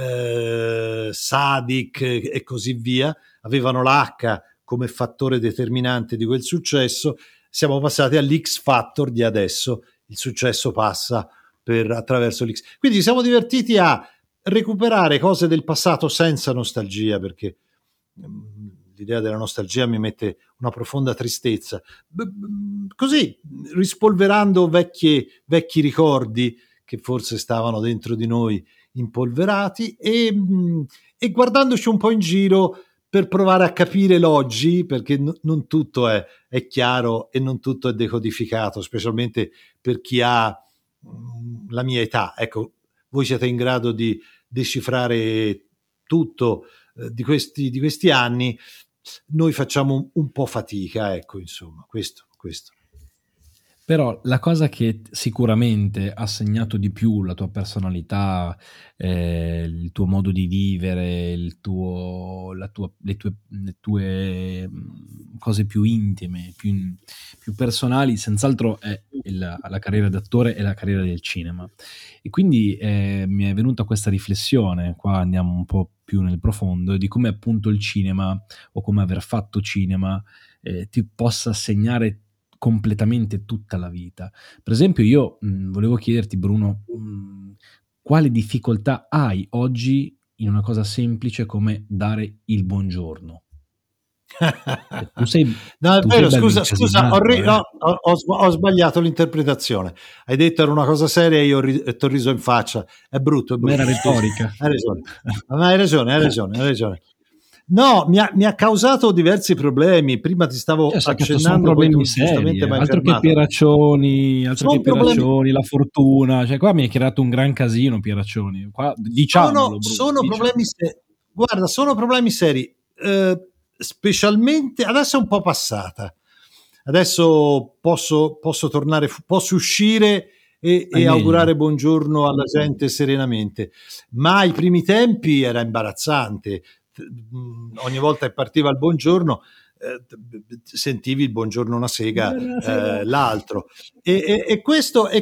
Sadic e così via, avevano l'H come fattore determinante di quel successo. Siamo passati all'X Factor di adesso, il successo passa attraverso l'X. Quindi siamo divertiti a recuperare cose del passato senza nostalgia, perché l'idea della nostalgia mi mette una profonda tristezza, così rispolverando vecchi ricordi che forse stavano dentro di noi impolverati e guardandoci un po' in giro per provare a capire l'oggi, perché non tutto è chiaro e non tutto è decodificato, specialmente per chi ha la mia età. Ecco, voi siete in grado di decifrare tutto di questi anni. noi facciamo un po' fatica, ecco, insomma, questo. Però la cosa che sicuramente ha segnato di più la tua personalità, il tuo modo di vivere, le tue cose più intime, più personali, senz'altro è la carriera d'attore e la carriera del cinema. E quindi mi è venuta questa riflessione, qua andiamo un po' più nel profondo, di come appunto il cinema, o come aver fatto cinema, ti possa segnare completamente tutta la vita. Per esempio io volevo chiederti, Bruno, quale difficoltà hai oggi in una cosa semplice come dare il buongiorno? Tu sei, no, è tu vero, sei bello scusa, ho sbagliato l'interpretazione. Hai detto era una cosa seria e io ti ho riso in faccia. È brutto. Ma era retorica. Hai ragione. Ma hai ragione. No, mi ha causato diversi problemi. Prima ti stavo accennando, sono problemi seri, altro che Pieraccioni, la fortuna. Cioè, qua mi hai creato un gran casino, Pieraccioni. Qua, diciamolo, sono problemi seri. Guarda, sono problemi seri. Specialmente adesso è un po' passata. Adesso posso tornare, posso uscire e augurare buongiorno alla gente serenamente. Ma ai primi tempi era imbarazzante. Ogni volta che partiva il buongiorno sentivi il buongiorno una sega, l'altro e questo è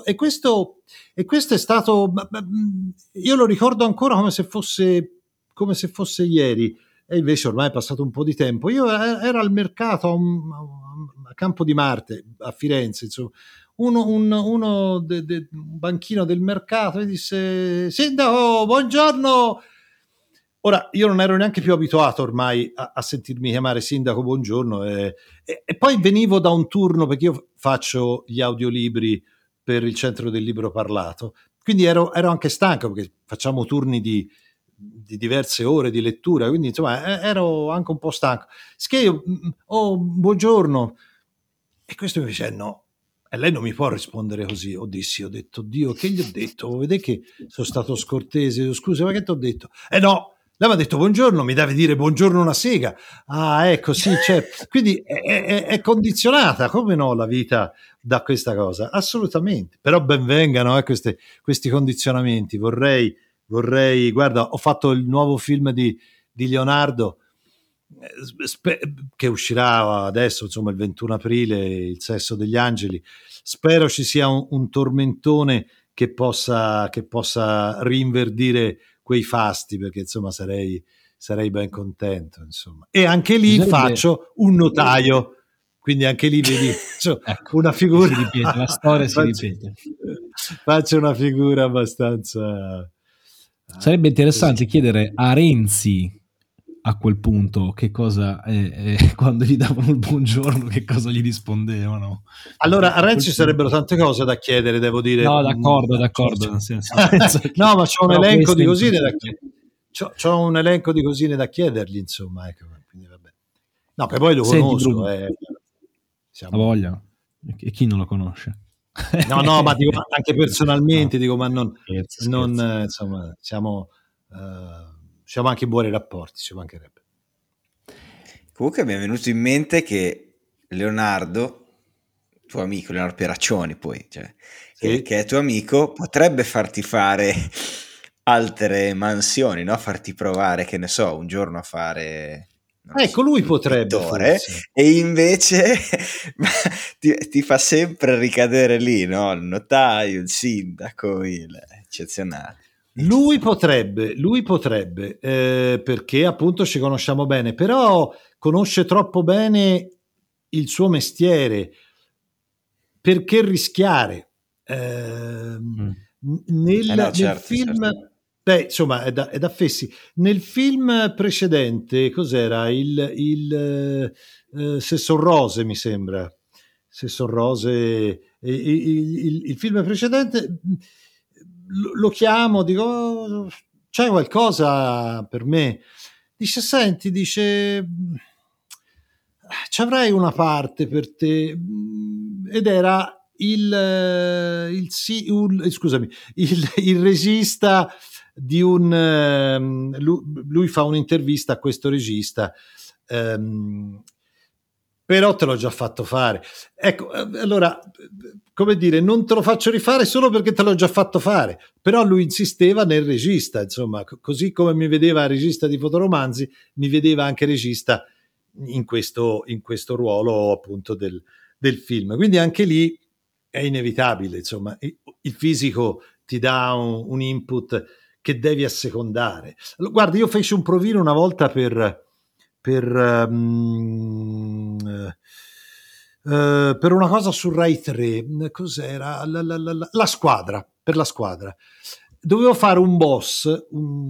stato, io lo ricordo ancora come se fosse ieri, e invece ormai è passato un po' di tempo. Io ero al mercato a Campo di Marte a Firenze, insomma. Un banchino del mercato mi disse: sindaco, buongiorno. Ora, io non ero neanche più abituato ormai a sentirmi chiamare sindaco, buongiorno, e poi venivo da un turno, perché io faccio gli audiolibri per il Centro del Libro Parlato, quindi ero anche stanco, perché facciamo turni di diverse ore di lettura, quindi insomma ero anche un po' stanco. Io, buongiorno, e questo mi dice no, e lei non mi può rispondere così. Ho detto, Dio, che gli ho detto? Vede che sono stato scortese, scusa, ma che ti ho detto? No, lei mi ha detto buongiorno, mi deve dire buongiorno una sega. Ah, ecco, sì, c'è. Quindi è condizionata, come no, la vita da questa cosa? Assolutamente. Però ben vengano questi condizionamenti. Vorrei, guarda, ho fatto il nuovo film di Leonardo, che uscirà adesso, insomma, il 21 aprile, Il sesso degli angeli. Spero ci sia un tormentone che possa rinverdire quei fasti, perché insomma sarei ben contento, insomma. E anche lì faccio un notaio, quindi anche lì vedi ecco, una figura, si ripete, la storia si ripete. Faccio una figura abbastanza. Sarebbe interessante chiedere a Renzi a quel punto che cosa quando gli davano il buongiorno, che cosa gli rispondevano. Allora a Renzi sarebbero tante cose da chiedere, devo dire. No, d'accordo. No, ma c'ho un elenco di cosine da chiedergli. C'ho un elenco di cosine da chiedergli, insomma, ecco. Quindi, vabbè. No, per poi lo conosco. La voglia. E chi non lo conosce? No, ma dico anche personalmente, dico, ma non scherzo. Insomma, siamo anche in buoni rapporti, ci mancherebbe. Comunque mi è venuto in mente che Leonardo, tuo amico, Leonardo Pieraccioni poi, cioè, sì, che è tuo amico, potrebbe farti fare altre mansioni, no? Farti provare, che ne so, un giorno a fare... Ecco, lui potrebbe forse. E invece ti fa sempre ricadere lì, no? Il notaio, il sindaco, eccezionale. Lui potrebbe, perché appunto ci conosciamo bene, però conosce troppo bene il suo mestiere. Perché rischiare? Nel film... Certo. Beh, insomma, è da fessi. Nel film precedente, cos'era? Il Se son rose, mi sembra. Se son rose. Il film precedente lo chiamo, dico, c'è qualcosa per me? Dice, senti, ci avrei una parte per te, ed era il regista di lui fa un'intervista a questo regista Però te l'ho già fatto fare. Ecco, allora, come dire, non te lo faccio rifare solo perché te l'ho già fatto fare, però lui insisteva nel regista, insomma, così come mi vedeva regista di fotoromanzi, mi vedeva anche regista in questo ruolo appunto del film. Quindi anche lì è inevitabile, insomma, il fisico ti dà un input che devi assecondare. Guarda, io feci un provino una volta per una cosa su Rai 3, cos'era? La squadra, per la squadra. Dovevo fare un boss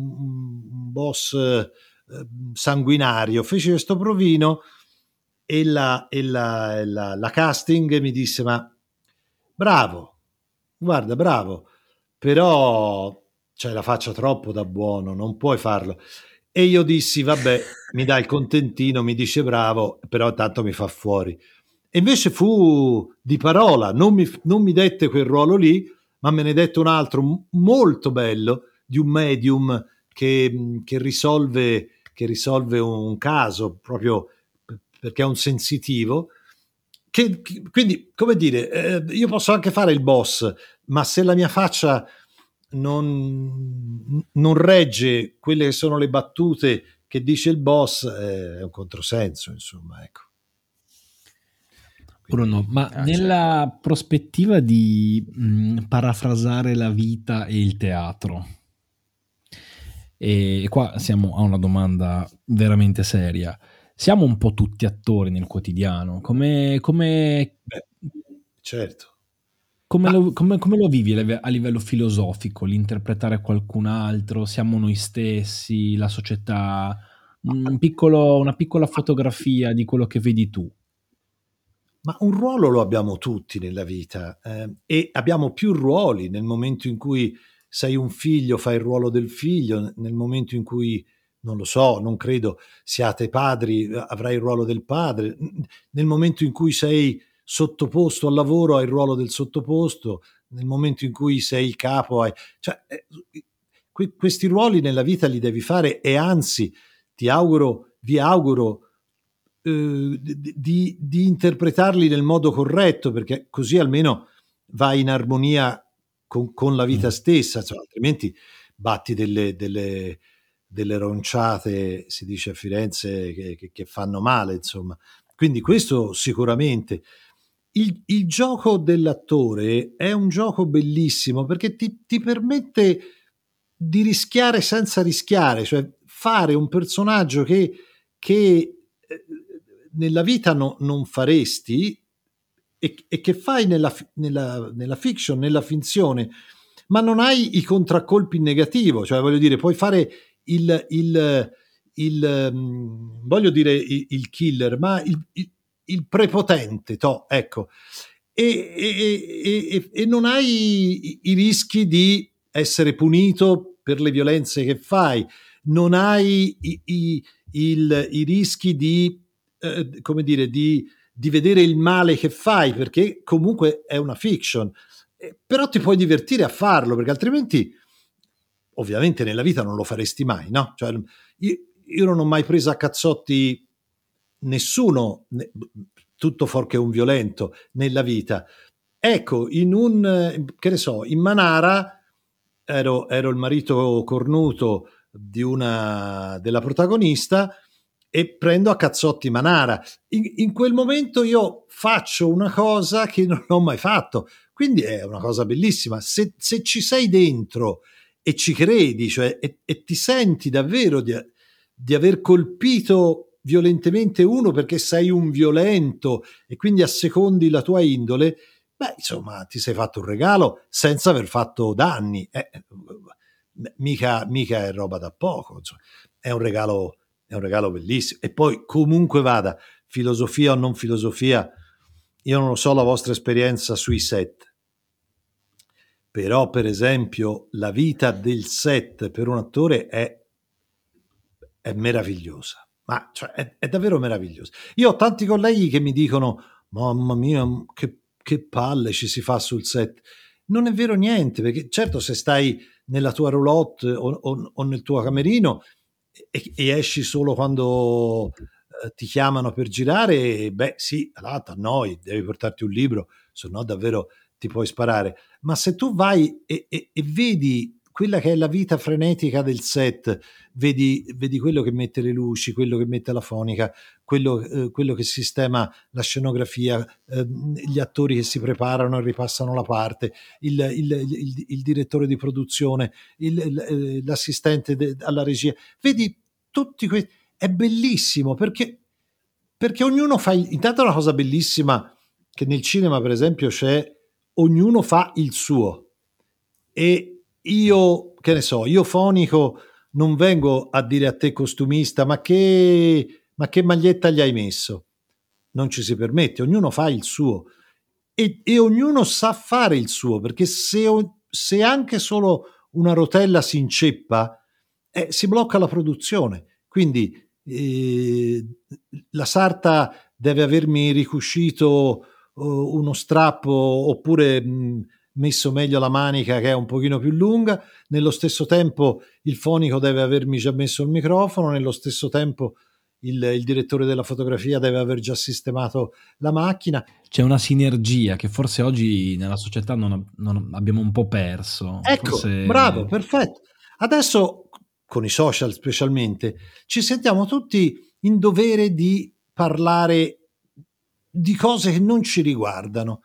sanguinario. Feci questo provino e la casting mi disse: ma bravo, guarda, bravo, però c'hai la faccia troppo da buono, non puoi farlo. E io dissi: vabbè, mi dà il contentino, mi dice bravo, però tanto mi fa fuori. E invece fu di parola, non mi dette quel ruolo lì, ma me ne dette un altro molto bello, di un medium che risolve un caso, proprio perché è un sensitivo. Quindi, come dire, io posso anche fare il boss, ma se la mia faccia non regge quelle che sono le battute che dice il boss, è un controsenso, insomma, ecco. Bruno, ma nella prospettiva di parafrasare la vita e il teatro, e qua siamo a una domanda veramente seria, siamo un po' tutti attori nel quotidiano, come certo. Come lo vivi a livello filosofico, l'interpretare qualcun altro? Siamo noi stessi, la società, una piccola fotografia di quello che vedi tu? Ma un ruolo lo abbiamo tutti nella vita, e abbiamo più ruoli. Nel momento in cui sei un figlio fai il ruolo del figlio, nel momento in cui, non lo so, non credo siate padri, avrai il ruolo del padre, nel momento in cui sei sottoposto al lavoro hai il ruolo del sottoposto, nel momento in cui sei il capo questi ruoli nella vita li devi fare, e anzi vi auguro di interpretarli nel modo corretto, perché così almeno vai in armonia con la vita stessa, cioè, altrimenti batti delle ronciate, si dice a Firenze, che fanno male, insomma. Quindi questo sicuramente. Il gioco dell'attore è un gioco bellissimo perché ti permette di rischiare senza rischiare, cioè fare un personaggio che nella vita non faresti e che fai nella fiction, nella finzione, ma non hai i contraccolpi in negativo, cioè voglio dire, puoi fare voglio dire il killer, ma il prepotente, ecco, e non hai i rischi di essere punito per le violenze che fai, non hai i rischi di come dire, di vedere il male che fai, perché comunque è una fiction, però ti puoi divertire a farlo, perché altrimenti ovviamente nella vita non lo faresti mai, no? Cioè, io non ho mai preso a cazzotti nessuno, tutto fuorché un violento, nella vita. Ecco, che ne so, in Manara ero il marito cornuto della protagonista e prendo a cazzotti Manara. In quel momento io faccio una cosa che non ho mai fatto, quindi è una cosa bellissima. Se ci sei dentro e ci credi, cioè, e ti senti davvero di aver colpito violentemente uno perché sei un violento e quindi assecondi la tua indole, beh, insomma, ti sei fatto un regalo senza aver fatto danni. Mica è roba da poco, insomma. È un regalo bellissimo. E poi, comunque vada, filosofia o non filosofia, io non lo so la vostra esperienza sui set, però per esempio la vita del set per un attore è meravigliosa, ma cioè, è davvero meravigliosa. Io ho tanti colleghi che mi dicono: mamma mia, che palle ci si fa sul set. Non è vero niente, perché certo, se stai nella tua roulotte o nel tuo camerino e esci solo quando ti chiamano per girare, beh sì, a noi devi portarti un libro, se no davvero ti puoi sparare. Ma se tu vai e vedi quella che è la vita frenetica del set, vedi quello che mette le luci, quello che mette la fonica, quello che sistema la scenografia, gli attori che si preparano e ripassano la parte, il direttore di produzione, l'assistente alla regia, vedi tutti questi. È bellissimo perché ognuno fa intanto è una cosa bellissima che nel cinema per esempio c'è, ognuno fa il suo, e io che ne so, io fonico non vengo a dire a te costumista ma che maglietta gli hai messo, non ci si permette, ognuno fa il suo e ognuno sa fare il suo, perché se anche solo una rotella si inceppa, si blocca la produzione. Quindi la sarta deve avermi ricuscito uno strappo, oppure messo meglio la manica che è un pochino più lunga, nello stesso tempo il fonico deve avermi già messo il microfono, nello stesso tempo il direttore della fotografia deve aver già sistemato la macchina. C'è una sinergia che forse oggi nella società non abbiamo un po' perso. Ecco, forse... bravo, perfetto. Adesso con i social specialmente ci sentiamo tutti in dovere di parlare di cose che non ci riguardano,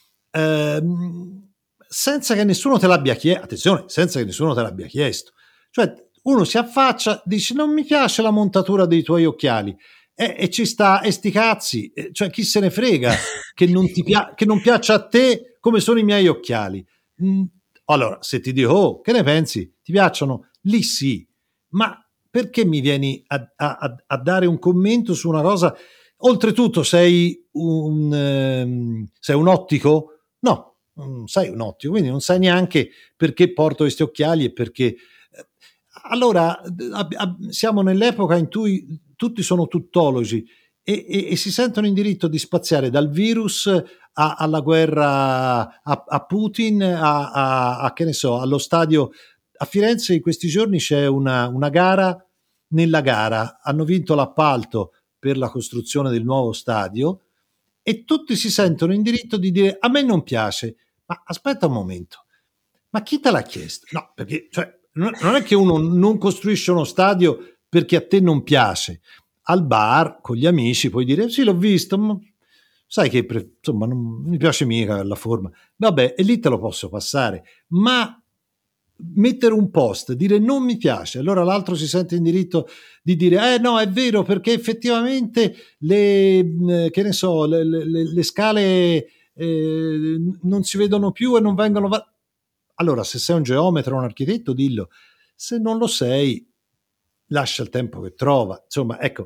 senza che nessuno te l'abbia chiesto. Attenzione, senza che nessuno te l'abbia chiesto. Cioè uno si affaccia, dice non mi piace la montatura dei tuoi occhiali, e ci sta, e sti cazzi, cioè chi se ne frega che non piaccia a te come sono i miei occhiali. Allora se ti dico che ne pensi, ti piacciono? Lì sì, ma perché mi vieni a dare un commento su una cosa? Oltretutto sei un ottico? No, non sei un ottico, quindi non sai neanche perché porto questi occhiali e perché. Allora siamo nell'epoca in cui tutti sono tuttologi e si sentono in diritto di spaziare dal virus alla guerra a Putin, che ne so, allo stadio. A Firenze in questi giorni c'è una gara. Nella gara hanno vinto l'appalto per la costruzione del nuovo stadio e tutti si sentono in diritto di dire a me non piace. Ma aspetta un momento, ma chi te l'ha chiesto? No, perché cioè, non è che uno non costruisce uno stadio perché a te non piace. Al bar con gli amici puoi dire sì, l'ho visto, ma sai che insomma non mi piace mica la forma, vabbè, e lì te lo posso passare. Ma mettere un post, dire non mi piace, allora l'altro si sente in diritto di dire no, è vero, perché effettivamente le scale non si vedono più e non vengono. Allora se sei un geometra o un architetto dillo, se non lo sei lascia il tempo che trova, insomma, ecco.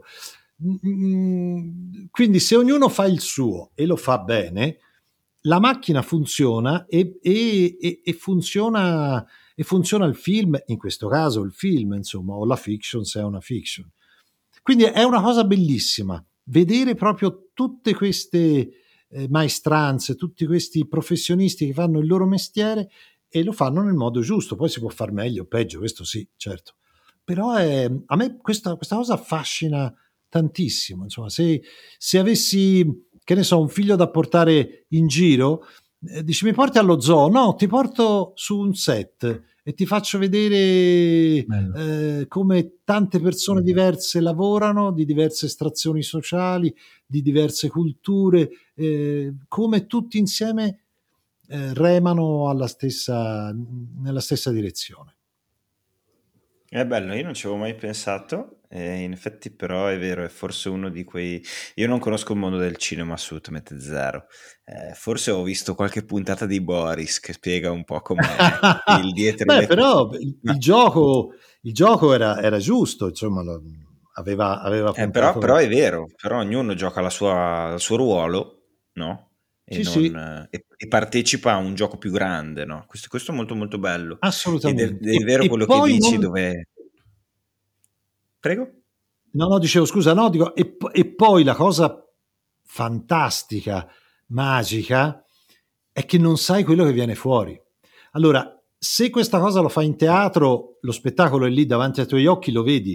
Quindi se ognuno fa il suo e lo fa bene, la macchina funziona e funziona il film, in questo caso il film, insomma, o la fiction se è una fiction. Quindi è una cosa bellissima vedere proprio tutte queste maestranze, tutti questi professionisti che fanno il loro mestiere e lo fanno nel modo giusto. Poi si può far meglio o peggio, questo sì, certo. Però a me questa cosa affascina tantissimo. Insomma, se avessi, che ne so, un figlio da portare in giro, dici mi porti allo zoo? No, ti porto su un set e ti faccio vedere come tante persone diverse lavorano, di diverse estrazioni sociali, di diverse culture, come tutti insieme remano nella stessa direzione. È bello, io non ci avevo mai pensato, in effetti però è vero, è forse uno di quei. Io non conosco il mondo del cinema assolutamente zero, forse ho visto qualche puntata di Boris che spiega un po' com'è il dietro. Beh, però il gioco era giusto, insomma, aveva però è vero, però ognuno gioca il suo ruolo, no? E, sì. E partecipa a un gioco più grande, no? Questo è molto molto bello. Assolutamente. Ed è vero quello che dici, dove. Prego? No, dicevo, scusa, no, dico, e poi la cosa fantastica, magica, è che non sai quello che viene fuori. Allora, se questa cosa lo fai in teatro, lo spettacolo è lì davanti ai tuoi occhi, lo vedi.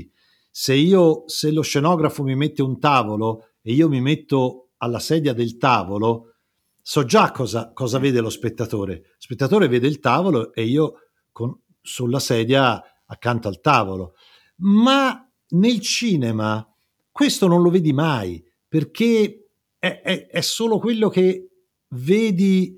se lo scenografo mi mette un tavolo e io mi metto alla sedia del tavolo, so già cosa vede lo spettatore. Lo spettatore vede il tavolo e io sulla sedia accanto al tavolo. Ma nel cinema questo non lo vedi mai, perché è solo quello che vedi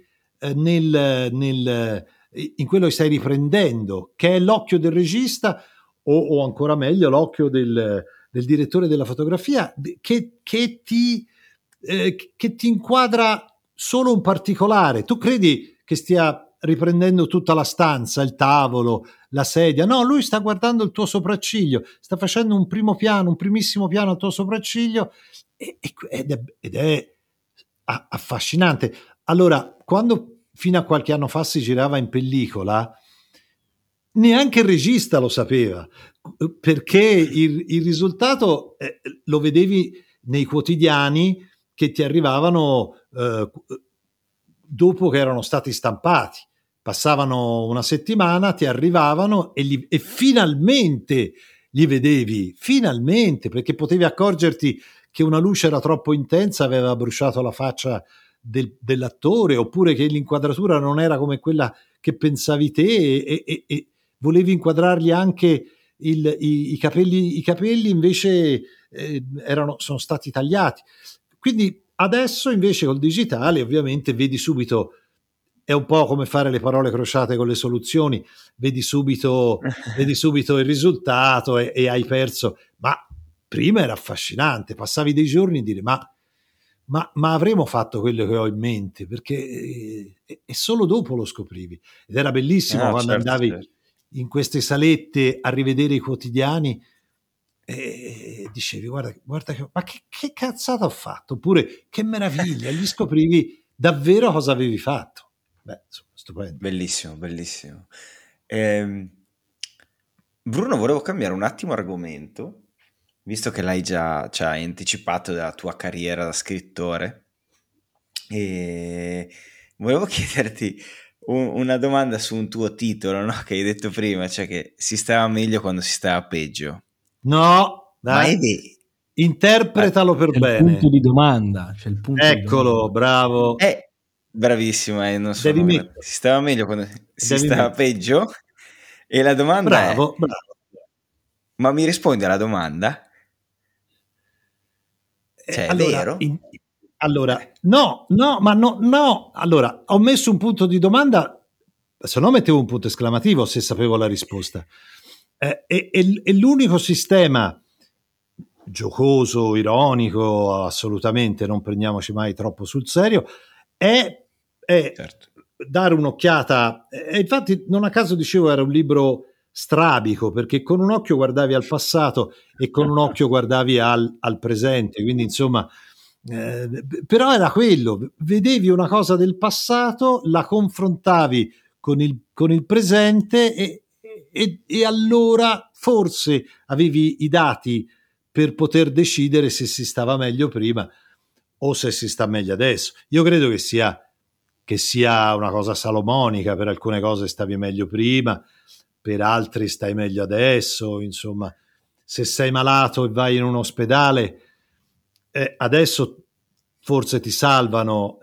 in quello che stai riprendendo, che è l'occhio del regista o ancora meglio l'occhio del direttore della fotografia, che ti inquadra solo un particolare. Tu credi che stia riprendendo tutta la stanza, il tavolo, la sedia? No, lui sta guardando il tuo sopracciglio, sta facendo un primissimo piano al tuo sopracciglio ed è affascinante. Allora, quando fino a qualche anno fa si girava in pellicola, neanche il regista lo sapeva, perché il risultato lo vedevi nei quotidiani che ti arrivavano dopo che erano stati stampati. Passavano una settimana, ti arrivavano e finalmente li vedevi, finalmente, perché potevi accorgerti che una luce era troppo intensa, aveva bruciato la faccia dell'attore, oppure che l'inquadratura non era come quella che pensavi te e volevi inquadrargli anche i capelli invece sono stati tagliati. Quindi adesso invece col digitale ovviamente vedi subito, è un po' come fare le parole crociate con le soluzioni, vedi subito il risultato e hai perso. Ma prima era affascinante, passavi dei giorni a dire ma avremo fatto quello che ho in mente, perché e solo dopo lo scoprivi. Ed era bellissimo quando andavi in queste salette a rivedere i quotidiani e dicevi guarda ma che cazzata ho fatto, oppure che meraviglia, gli scoprivi davvero cosa avevi fatto. Beh, insomma, stupendo. Bellissimo. Bruno, volevo cambiare un attimo argomento, visto che l'hai già anticipato della tua carriera da scrittore, e volevo chiederti una domanda su un tuo titolo, no? Che hai detto prima, cioè che si stava meglio quando si stava peggio. No, dai, interpretalo per bene. C'è il punto di domanda. Eccolo, bravo. Bravissimo, non so, si stava meglio quando si stava peggio. E la domanda bravo. Ma mi rispondi alla domanda? Cioè, allora, è vero? No. Allora, ho messo un punto di domanda, se no mettevo un punto esclamativo se sapevo la risposta. E l'unico sistema giocoso, ironico, assolutamente non prendiamoci mai troppo sul serio, è certo, dare un'occhiata. E infatti non a caso dicevo era un libro strabico, perché con un occhio guardavi al passato e con un occhio guardavi al presente, quindi insomma però era quello, vedevi una cosa del passato, la confrontavi con il presente e allora forse avevi i dati per poter decidere se si stava meglio prima o se si sta meglio adesso. Io credo che sia una cosa salomonica, per alcune cose stavi meglio prima, per altri stai meglio adesso, insomma, se sei malato e vai in un ospedale, adesso forse ti salvano,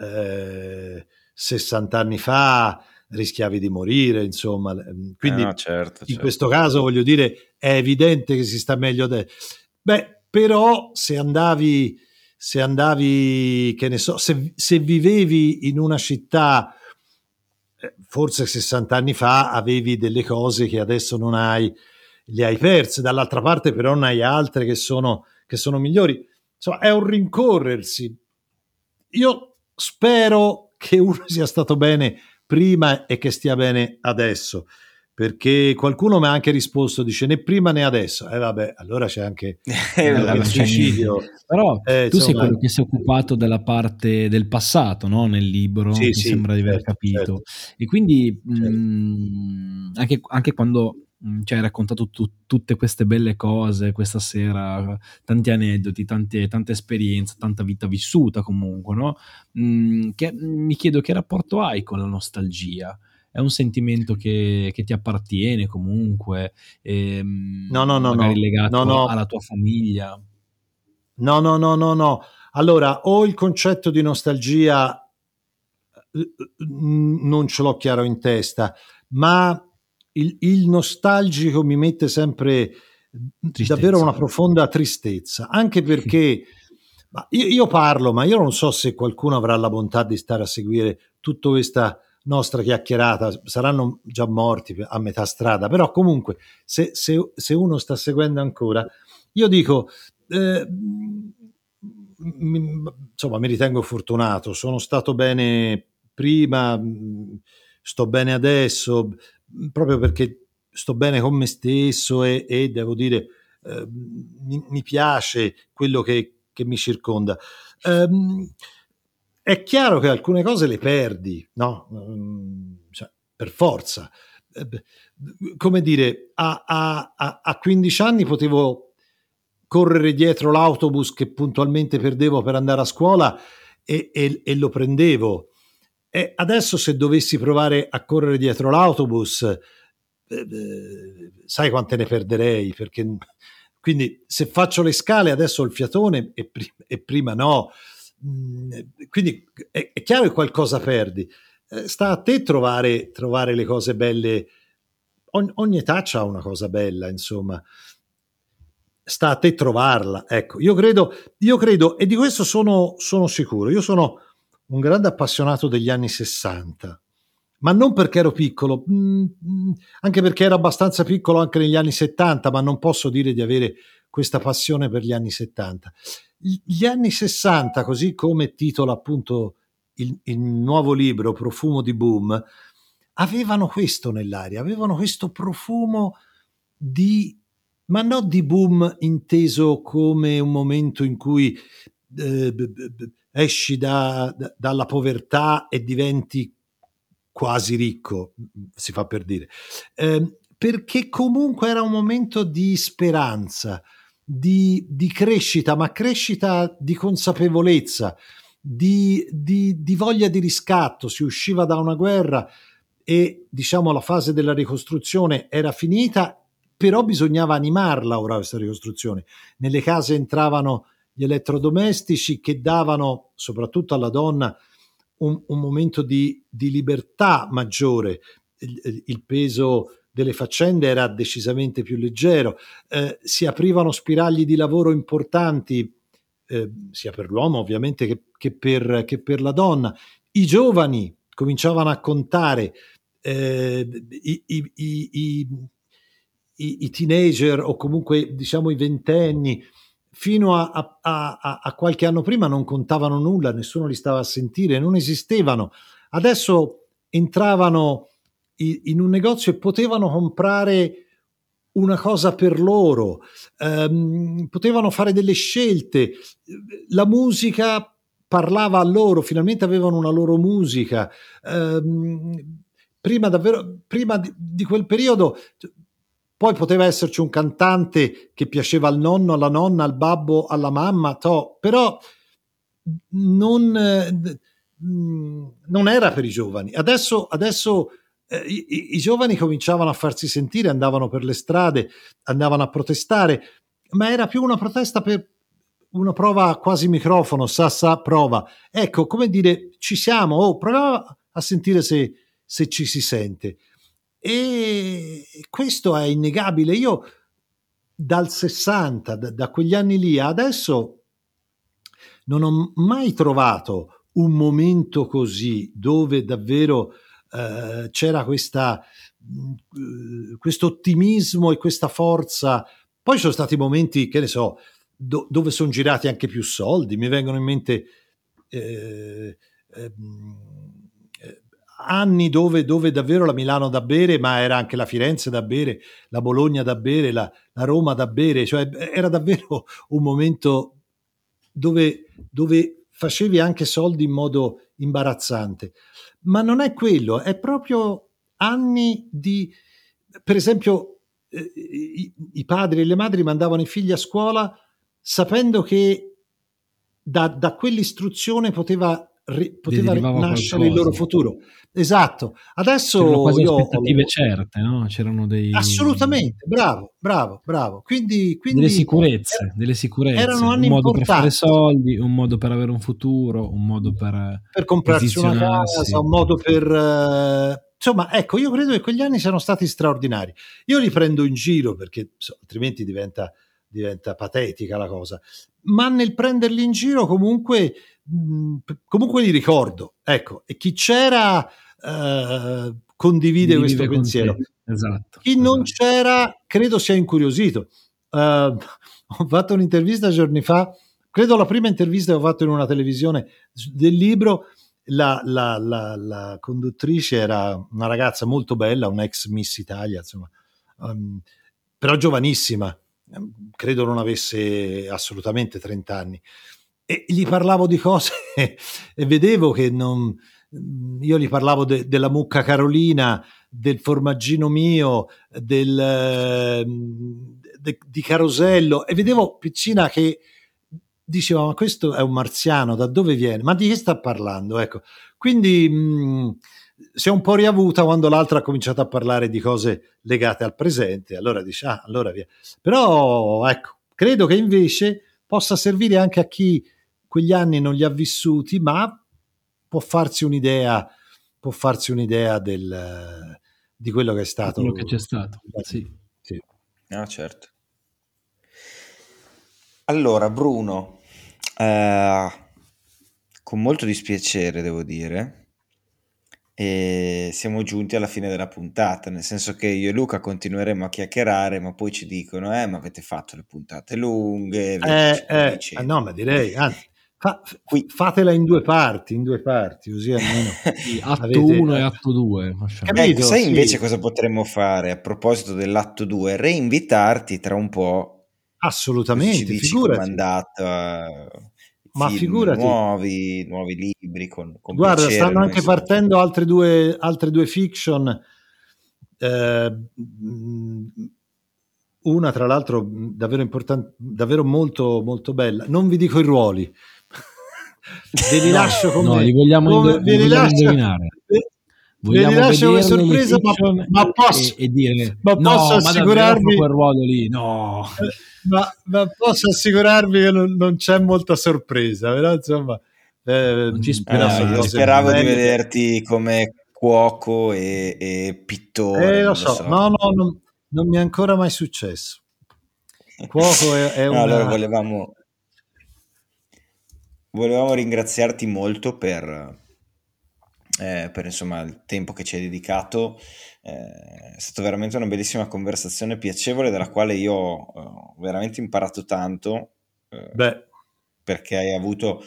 60 anni fa rischiavi di morire, insomma, quindi certo. In questo caso voglio dire è evidente che si sta meglio adesso. Beh, però se andavi, che ne so, se vivevi in una città, forse 60 anni fa avevi delle cose che adesso non hai, le hai perse, dall'altra parte però ne hai altre che sono migliori. Insomma, è un rincorrersi. Io spero che uno sia stato bene prima e che stia bene adesso, perché qualcuno mi ha anche risposto, dice né prima né adesso. Vabbè, allora c'è anche il suicidio. Però tu sei quello che si è occupato della parte del passato, no? Nel libro, sì, mi sembra di aver capito. Certo. E quindi anche quando ci hai raccontato tutte queste belle cose questa sera, tanti aneddoti, tante esperienze, tanta vita vissuta comunque, no? Che mi chiedo che rapporto hai con la nostalgia. è un sentimento che ti appartiene comunque, No, no, no, magari no, legato no, alla tua famiglia. no. Allora, o il concetto di nostalgia non ce l'ho chiaro in testa, ma il nostalgico mi mette sempre davvero una profonda tristezza, anche perché io parlo, ma io non so se qualcuno avrà la bontà di stare a seguire tutta questa nostra chiacchierata, saranno già morti a metà strada, però comunque se uno sta seguendo ancora, io dico insomma mi ritengo fortunato, sono stato bene prima, sto bene adesso, proprio perché sto bene con me stesso e devo dire mi piace quello che mi circonda. È chiaro che alcune cose le perdi, no? Cioè, per forza. Come dire, a 15 anni potevo correre dietro l'autobus che puntualmente perdevo per andare a scuola e lo prendevo. E adesso se dovessi provare a correre dietro l'autobus, sai quante ne perderei, perché quindi se faccio le scale adesso ho il fiatone e prima no. Quindi è chiaro che qualcosa perdi. Sta a te trovare le cose belle. Ogni età c'ha una cosa bella, insomma. Sta a te trovarla. Ecco, io credo, e di questo sono sicuro. Io sono un grande appassionato degli anni 60, ma non perché ero piccolo, anche perché ero abbastanza piccolo anche negli anni 70, ma non posso dire di avere questa passione per gli anni 70. Gli anni 60, così come titola appunto il nuovo libro Profumo di Boom, avevano questo nell'aria, avevano questo profumo ma non di boom inteso come un momento in cui esci dalla povertà e diventi quasi ricco, si fa per dire, perché comunque era un momento di speranza, di crescita, ma crescita di consapevolezza, di voglia di riscatto. Si usciva da una guerra e diciamo la fase della ricostruzione era finita, però bisognava animarla ora questa ricostruzione. Nelle case entravano gli elettrodomestici che davano soprattutto alla donna un momento di libertà maggiore, il peso delle faccende era decisamente più leggero, si aprivano spiragli di lavoro importanti, sia per l'uomo ovviamente che per la donna. I giovani cominciavano a contare, i teenager o comunque diciamo i ventenni fino a qualche anno prima non contavano nulla, nessuno li stava a sentire, non esistevano. Adesso entravano in un negozio e potevano comprare una cosa per loro, potevano fare delle scelte, la musica parlava a loro, finalmente avevano una loro musica. Prima di quel periodo poi poteva esserci un cantante che piaceva al nonno, alla nonna, al babbo, alla mamma, però non era per i giovani. Adesso i giovani cominciavano a farsi sentire, andavano per le strade, andavano a protestare, ma era più una protesta per una prova quasi microfono, prova. Ecco, come dire, ci siamo, proviamo a sentire se ci si sente. E questo è innegabile. Io dal 60, da quegli anni lì a adesso non ho mai trovato un momento così dove davvero c'era questo ottimismo e questa forza. Poi ci sono stati momenti, che ne so, dove sono girati anche più soldi. Mi vengono in mente anni dove davvero la Milano da bere, ma era anche la Firenze da bere, la Bologna da bere, la Roma da bere, cioè era davvero un momento dove facevi anche soldi in modo imbarazzante. Ma non è quello, è proprio anni di, per esempio, i padri e le madri mandavano i figli a scuola sapendo che da quell'istruzione poteva poteva derivava nascere il loro qualcosa. futuro. Esatto. Adesso C'erano quasi io aspettative certe, no? C'erano assolutamente, bravo. Quindi delle sicurezze, erano un anni modo per fare importanti. soldi, un modo per avere un futuro, un modo per Comprarsi una posizionarsi. casa, un modo per insomma, ecco, io credo che quegli anni siano stati straordinari. Io li prendo in giro perché altrimenti diventa patetica la cosa, ma nel prenderli in giro comunque li ricordo, ecco, e chi c'era condivide questo Vive con pensiero. te. Esatto. Chi non c'era credo sia incuriosito. Ho fatto un'intervista giorni fa, credo la prima intervista che ho fatto in una televisione del libro. La conduttrice era una ragazza molto bella, un'ex Miss Italia, insomma, però giovanissima, credo non avesse assolutamente 30 anni, e gli parlavo di cose e vedevo che non. Io gli parlavo della mucca Carolina, del formaggino mio, di Carosello, e vedevo piccina che diceva: ma questo è un marziano, da dove viene? Ma di che sta parlando? Ecco, quindi si è un po' riavuta quando l'altra ha cominciato a parlare di cose legate al presente, allora dice allora via. Però ecco, credo che invece possa servire anche a chi quegli anni non li ha vissuti, ma può farsi un'idea di quello che è stato, quello che c'è stato. Sì. No, certo. Allora, Bruno, con molto dispiacere devo dire, siamo giunti alla fine della puntata, nel senso che io e Luca continueremo a chiacchierare, ma poi ci dicono ma avete fatto le puntate lunghe, via dicendo. no, ma direi, anzi, fatela in due parti, così almeno atto 1 e atto 2. Ecco, sai invece cosa potremmo fare a proposito dell'atto 2? Reinvitarti tra un po'. Assolutamente, ci dici figurati. com'è andata, ma film figurati, nuovi libri con guarda, piacere, stanno anche partendo altre due fiction, una tra l'altro davvero importante, davvero molto molto bella. Non vi dico i ruoli, ve li lascio come li vogliamo indovinare. Vogliamo lascio come sorpresa, ma posso e dire posso assicurarvi quel ruolo lì, no. Ma posso assicurarvi che non c'è molta sorpresa, però insomma io speravo di vederti come cuoco e pittore, lo so. No, non mi è ancora mai successo. Cuoco è una... Allora volevamo ringraziarti molto per insomma il tempo che ci hai dedicato. È stata veramente una bellissima conversazione piacevole, dalla quale io ho veramente imparato tanto, perché hai avuto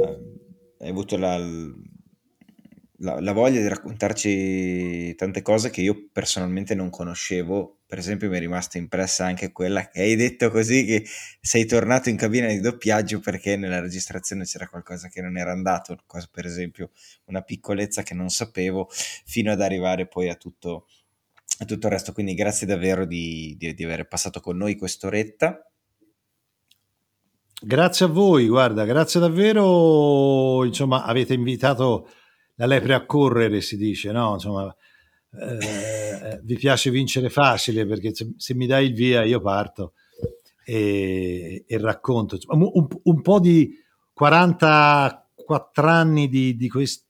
la voglia di raccontarci tante cose che io personalmente non conoscevo. Per esempio mi è rimasta impressa anche quella che hai detto così, che sei tornato in cabina di doppiaggio perché nella registrazione c'era qualcosa che non era andato, cosa, per esempio una piccolezza che non sapevo, fino ad arrivare poi a tutto il resto. Quindi grazie davvero di aver passato con noi quest'oretta. Grazie a voi, guarda, grazie davvero, insomma, avete invitato la lepre a correre, si dice, no? Insomma, vi piace vincere facile, perché se mi dai il via io parto e racconto. Un po' di 44 anni di questo,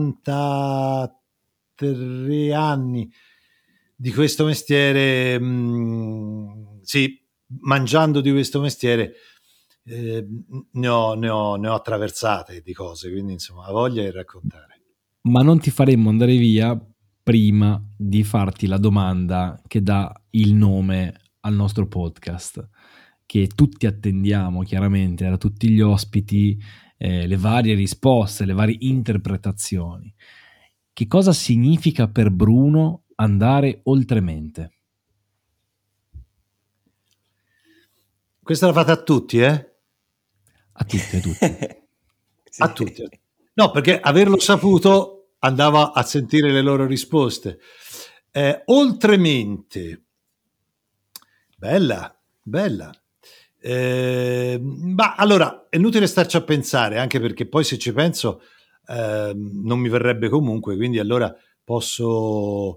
43 anni di questo mestiere, sì, mangiando di questo mestiere, ne ho attraversate di cose, quindi insomma, ha voglia di raccontare. Ma non ti faremmo andare via prima di farti la domanda che dà il nome al nostro podcast, che tutti attendiamo chiaramente da tutti gli ospiti, le varie risposte, le varie interpretazioni. Che cosa significa per Bruno andare oltremente? Questa la fate a tutti, A tutti. Sì. A tutti. No, perché averlo saputo andava a sentire le loro risposte. Oltremente, bella. Ma allora è inutile starci a pensare, anche perché poi, se ci penso, non mi verrebbe comunque, quindi allora posso...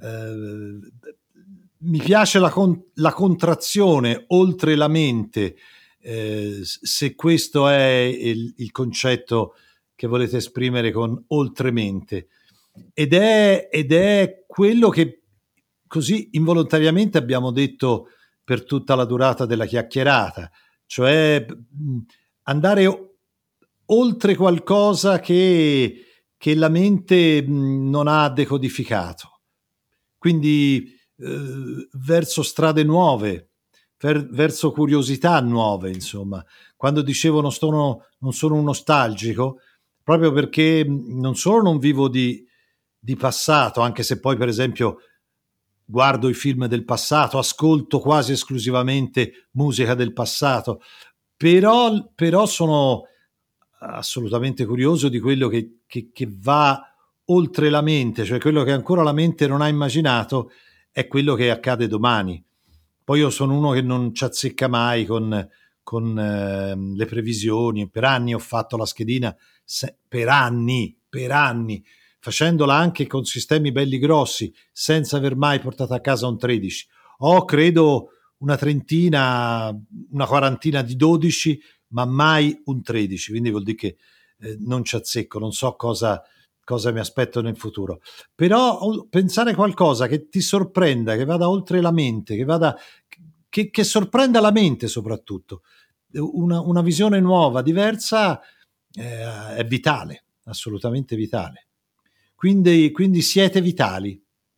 mi piace la contrazione oltre la mente, se questo è il concetto che volete esprimere con oltre mente, ed è quello che così involontariamente abbiamo detto per tutta la durata della chiacchierata, cioè andare oltre qualcosa che la mente non ha decodificato, quindi verso strade nuove, verso curiosità nuove, insomma. Quando dicevo non sono un nostalgico, proprio perché non solo non vivo di passato, anche se poi per esempio guardo i film del passato, ascolto quasi esclusivamente musica del passato, però sono assolutamente curioso di quello che va oltre la mente, cioè quello che ancora la mente non ha immaginato è quello che accade domani. Poi io sono uno che non ci azzecca mai con le previsioni. Per anni ho fatto la schedina, per anni, facendola anche con sistemi belli grossi, senza aver mai portato a casa un 13. Ho, credo, una trentina, una quarantina di 12, ma mai un 13, quindi vuol dire che non ci azzecco, non so cosa mi aspetto nel futuro. Però pensare qualcosa che ti sorprenda, che vada oltre la mente, che sorprenda la mente soprattutto, una visione nuova, diversa, è vitale, assolutamente vitale. Quindi siete vitali.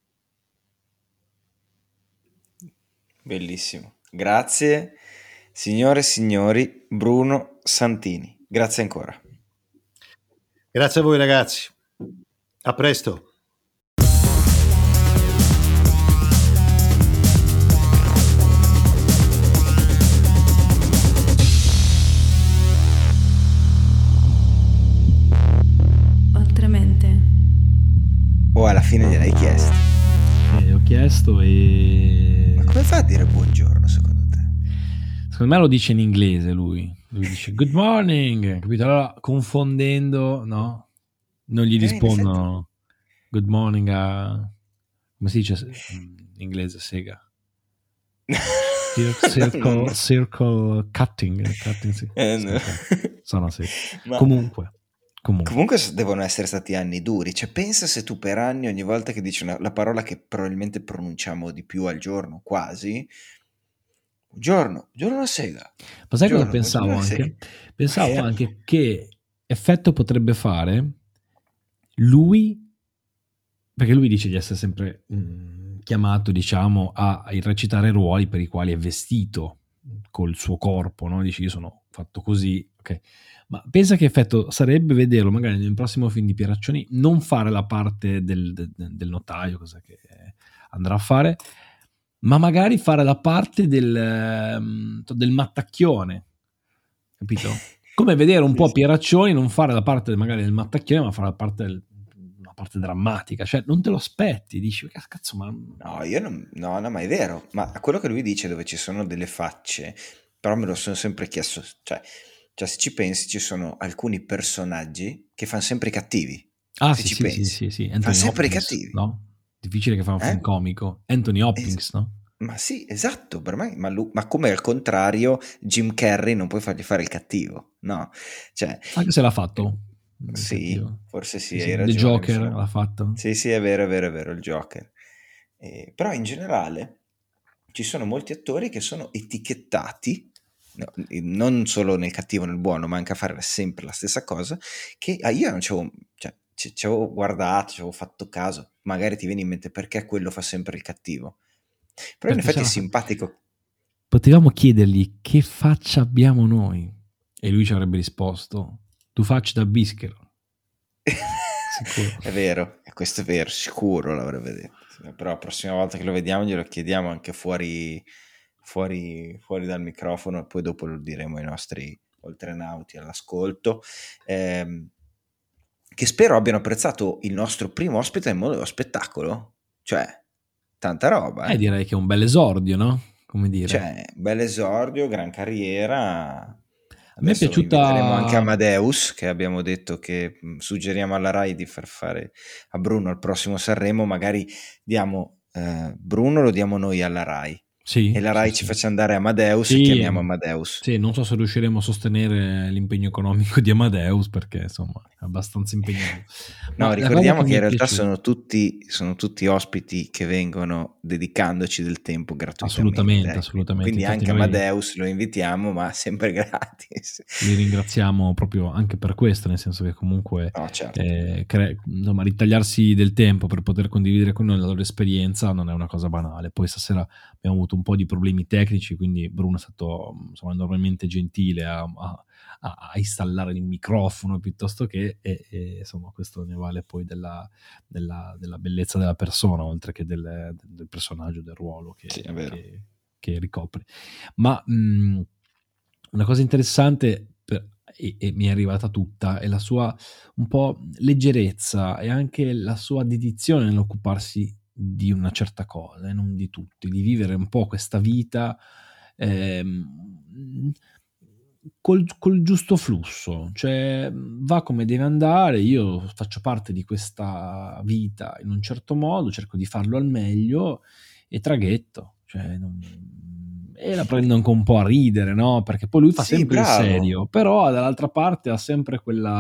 Bellissimo. Grazie, signore e signori, Bruno Santini. Grazie ancora. Grazie a voi ragazzi. A presto. Oltremente. Oh, alla fine gliel'hai chiesto. Ho chiesto e... Ma come fa a dire buongiorno secondo te? Secondo me lo dice in inglese lui. Lui dice good morning, capito? Allora, confondendo, no? Non gli rispondono good morning a... come si dice in inglese, sega? Circle cutting sì. No. Sono sì. Ma Comunque devono essere stati anni duri. Cioè, pensa se tu per anni, ogni volta che dici la parola che probabilmente pronunciamo di più al giorno, quasi, buongiorno a sega. Ma sai cosa pensavo anche? Pensavo anche che effetto potrebbe fare lui, perché lui dice di essere sempre chiamato, diciamo, a recitare ruoli per i quali è vestito col suo corpo, no? Dice io sono fatto così, ok. Ma pensa che effetto sarebbe vederlo magari nel prossimo film di Pieraccioni non fare la parte del notaio, cosa che andrà a fare, ma magari fare la parte del mattacchione, capito? Come vedere un po' Pieraccioni non fare la parte magari del mattacchione, ma fare la parte una parte drammatica, cioè non te lo aspetti, dici cazzo, ma no, io non, no, ma è vero, ma quello che lui dice dove ci sono delle facce, però me lo sono sempre chiesto, cioè se ci pensi ci sono alcuni personaggi che fanno sempre i cattivi. Ah, se sì, ci sì, pensi, sì. fanno sempre i cattivi, no? Difficile che fa un film comico. Anthony Hopkins, no? Ma sì, esatto, per me, ma come al contrario Jim Carrey non puoi fargli fare il cattivo, no? Cioè, anche se l'ha fatto. Sì, forse sì, hai The ragione. Joker l'ha fatto. Sì, è vero, il Joker. Però in generale ci sono molti attori che sono etichettati, no, non solo nel cattivo nel buono, ma anche a fare sempre la stessa cosa, che io non ci avevo guardato, ci avevo fatto caso, magari ti viene in mente perché quello fa sempre il cattivo. Però in effetti è simpatico. Potevamo chiedergli che faccia abbiamo noi e lui ci avrebbe risposto tu faccia da bischero. Sicuro. È vero, questo è vero, sicuro l'avrebbe detto. Però la prossima volta che lo vediamo glielo chiediamo anche fuori dal microfono e poi dopo lo diremo ai nostri oltrenauti all'ascolto, che spero abbiano apprezzato il nostro primo ospite nel mondo dello spettacolo. Cioè, tanta roba. Direi che è un bel esordio, no? Come dire. Cioè, bel esordio, gran carriera. me è Adesso inviteremo anche piaciuta. Amadeus, che abbiamo detto che suggeriamo alla Rai di far fare a Bruno al prossimo Sanremo, magari diamo Bruno lo diamo noi alla Rai e Sì, la sì, Rai ci sì. faccia andare Amadeus e Sì, chiamiamo Amadeus. sì, non so se riusciremo a sostenere l'impegno economico di Amadeus perché insomma è abbastanza impegnativo. No, Ma la cosa ricordiamo che che mi in è realtà piaciuta, sono tutti ospiti che vengono dedicandoci del tempo gratuitamente, assolutamente, assolutamente. quindi Infatti anche noi Amadeus lo invitiamo, ma sempre gratis. li ringraziamo proprio anche per questo, nel senso che comunque No, certo. insomma, ritagliarsi del tempo per poter condividere con noi la loro esperienza non è una cosa banale. Poi stasera abbiamo avuto un po' di problemi tecnici, quindi Bruno è stato insomma, enormemente gentile a installare il microfono piuttosto che, e, insomma questo ne vale poi della bellezza della persona, oltre che del personaggio, del ruolo Sì, è vero. che ricopre. Ma una cosa interessante e mi è arrivata tutta è la sua un po' leggerezza e anche la sua dedizione nell'occuparsi di una certa cosa e non di tutti, di vivere un po' questa vita col giusto flusso, cioè va come deve andare, io faccio parte di questa vita in un certo modo, cerco di farlo al meglio e traghetto, cioè e la prendo anche un po' a ridere, no? Perché poi lui fa Sì, sempre il bravo. serio, però dall'altra parte ha sempre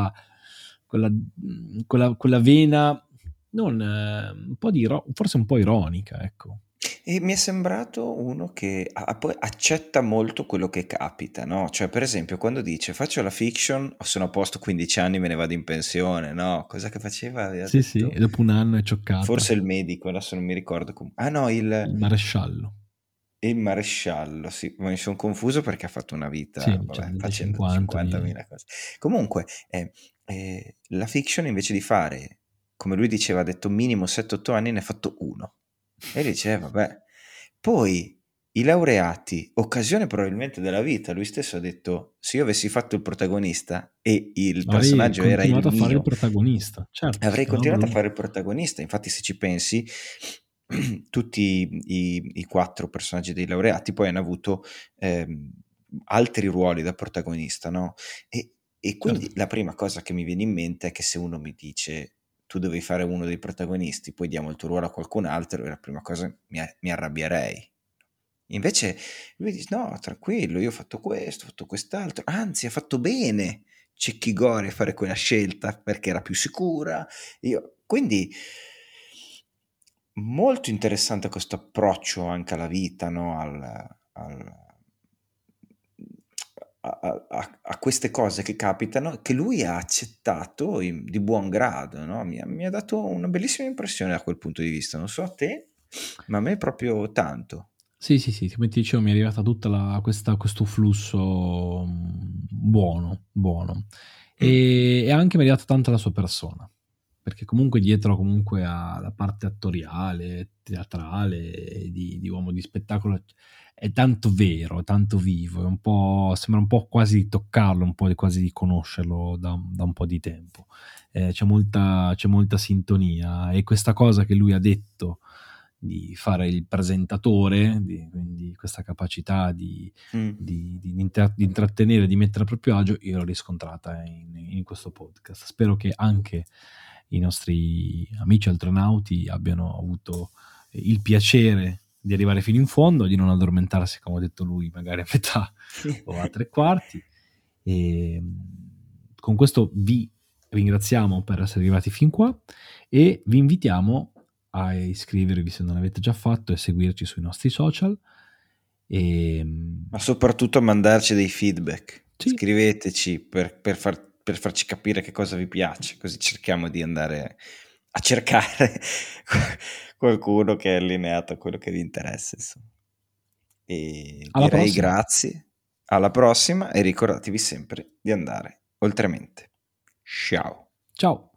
quella vena non, un po' forse un po' ironica, ecco. E mi è sembrato uno che poi accetta molto quello che capita, no? Cioè, per esempio, quando dice faccio la fiction, sono a posto 15 anni, me ne vado in pensione, no? Cosa che faceva? Aveva Sì, sì, detto e dopo un anno è cioccata, forse il medico, adesso non mi ricordo come. Ah no, il maresciallo. il maresciallo, sì, ma mi sono confuso perché ha fatto una Sì, vita, cioè vabbè, di facendo 50 di... 50.000 cose. Comunque, la fiction invece di fare, come lui diceva, ha detto minimo 7-8 anni, ne ha fatto uno. E diceva, vabbè. Poi i laureati, occasione probabilmente della vita, lui stesso ha detto, se io avessi fatto il protagonista e il Avrei personaggio era il continuato a fare il mio, protagonista, certo, avrei se no continuato a lui... fare il protagonista. Infatti, se ci pensi, tutti i quattro personaggi dei laureati poi hanno avuto altri ruoli da protagonista, no? E quindi Certo. la prima cosa che mi viene in mente è che se uno mi dice tu devi fare uno dei protagonisti, poi diamo il tuo ruolo a qualcun altro, la prima cosa mi arrabbierei. Invece lui dice no, tranquillo, io ho fatto questo, ho fatto quest'altro, anzi ha fatto bene Cecchi Gore a fare quella scelta perché era più sicura. Quindi molto interessante questo approccio anche alla vita, no? A queste cose che capitano, che lui ha accettato di buon grado, no? Mi ha dato una bellissima impressione da quel punto di vista. Non so a te, ma a me proprio tanto. Sì, sì, sì, come ti dicevo, mi è arrivata tutta questo flusso buono, buono. Mm. E anche mi è arrivata tanta la sua persona, perché comunque dietro comunque alla parte attoriale, teatrale, di uomo di spettacolo, è tanto vero, è tanto vivo, sembra un po' quasi di toccarlo, un po' quasi di conoscerlo da un po' di tempo. C'è molta sintonia e questa cosa che lui ha detto di fare il presentatore, quindi questa capacità Mm. di intrattenere, di mettere a proprio agio, io l'ho riscontrata in questo podcast. Spero che anche i nostri amici altronauti abbiano avuto il piacere di arrivare fino in fondo, di non addormentarsi, come ha detto lui, magari a metà o a tre quarti. E con questo vi ringraziamo per essere arrivati fin qua e vi invitiamo a iscrivervi se non l'avete già fatto e seguirci sui nostri social. Ma soprattutto a mandarci dei feedback. Sì, Scriveteci per farci capire che cosa vi piace, così cerchiamo di andare a cercare qualcuno che è allineato a quello che vi interessa. Insomma. E alla direi prossima. grazie, alla prossima e ricordatevi sempre di andare oltremente. Ciao. Ciao.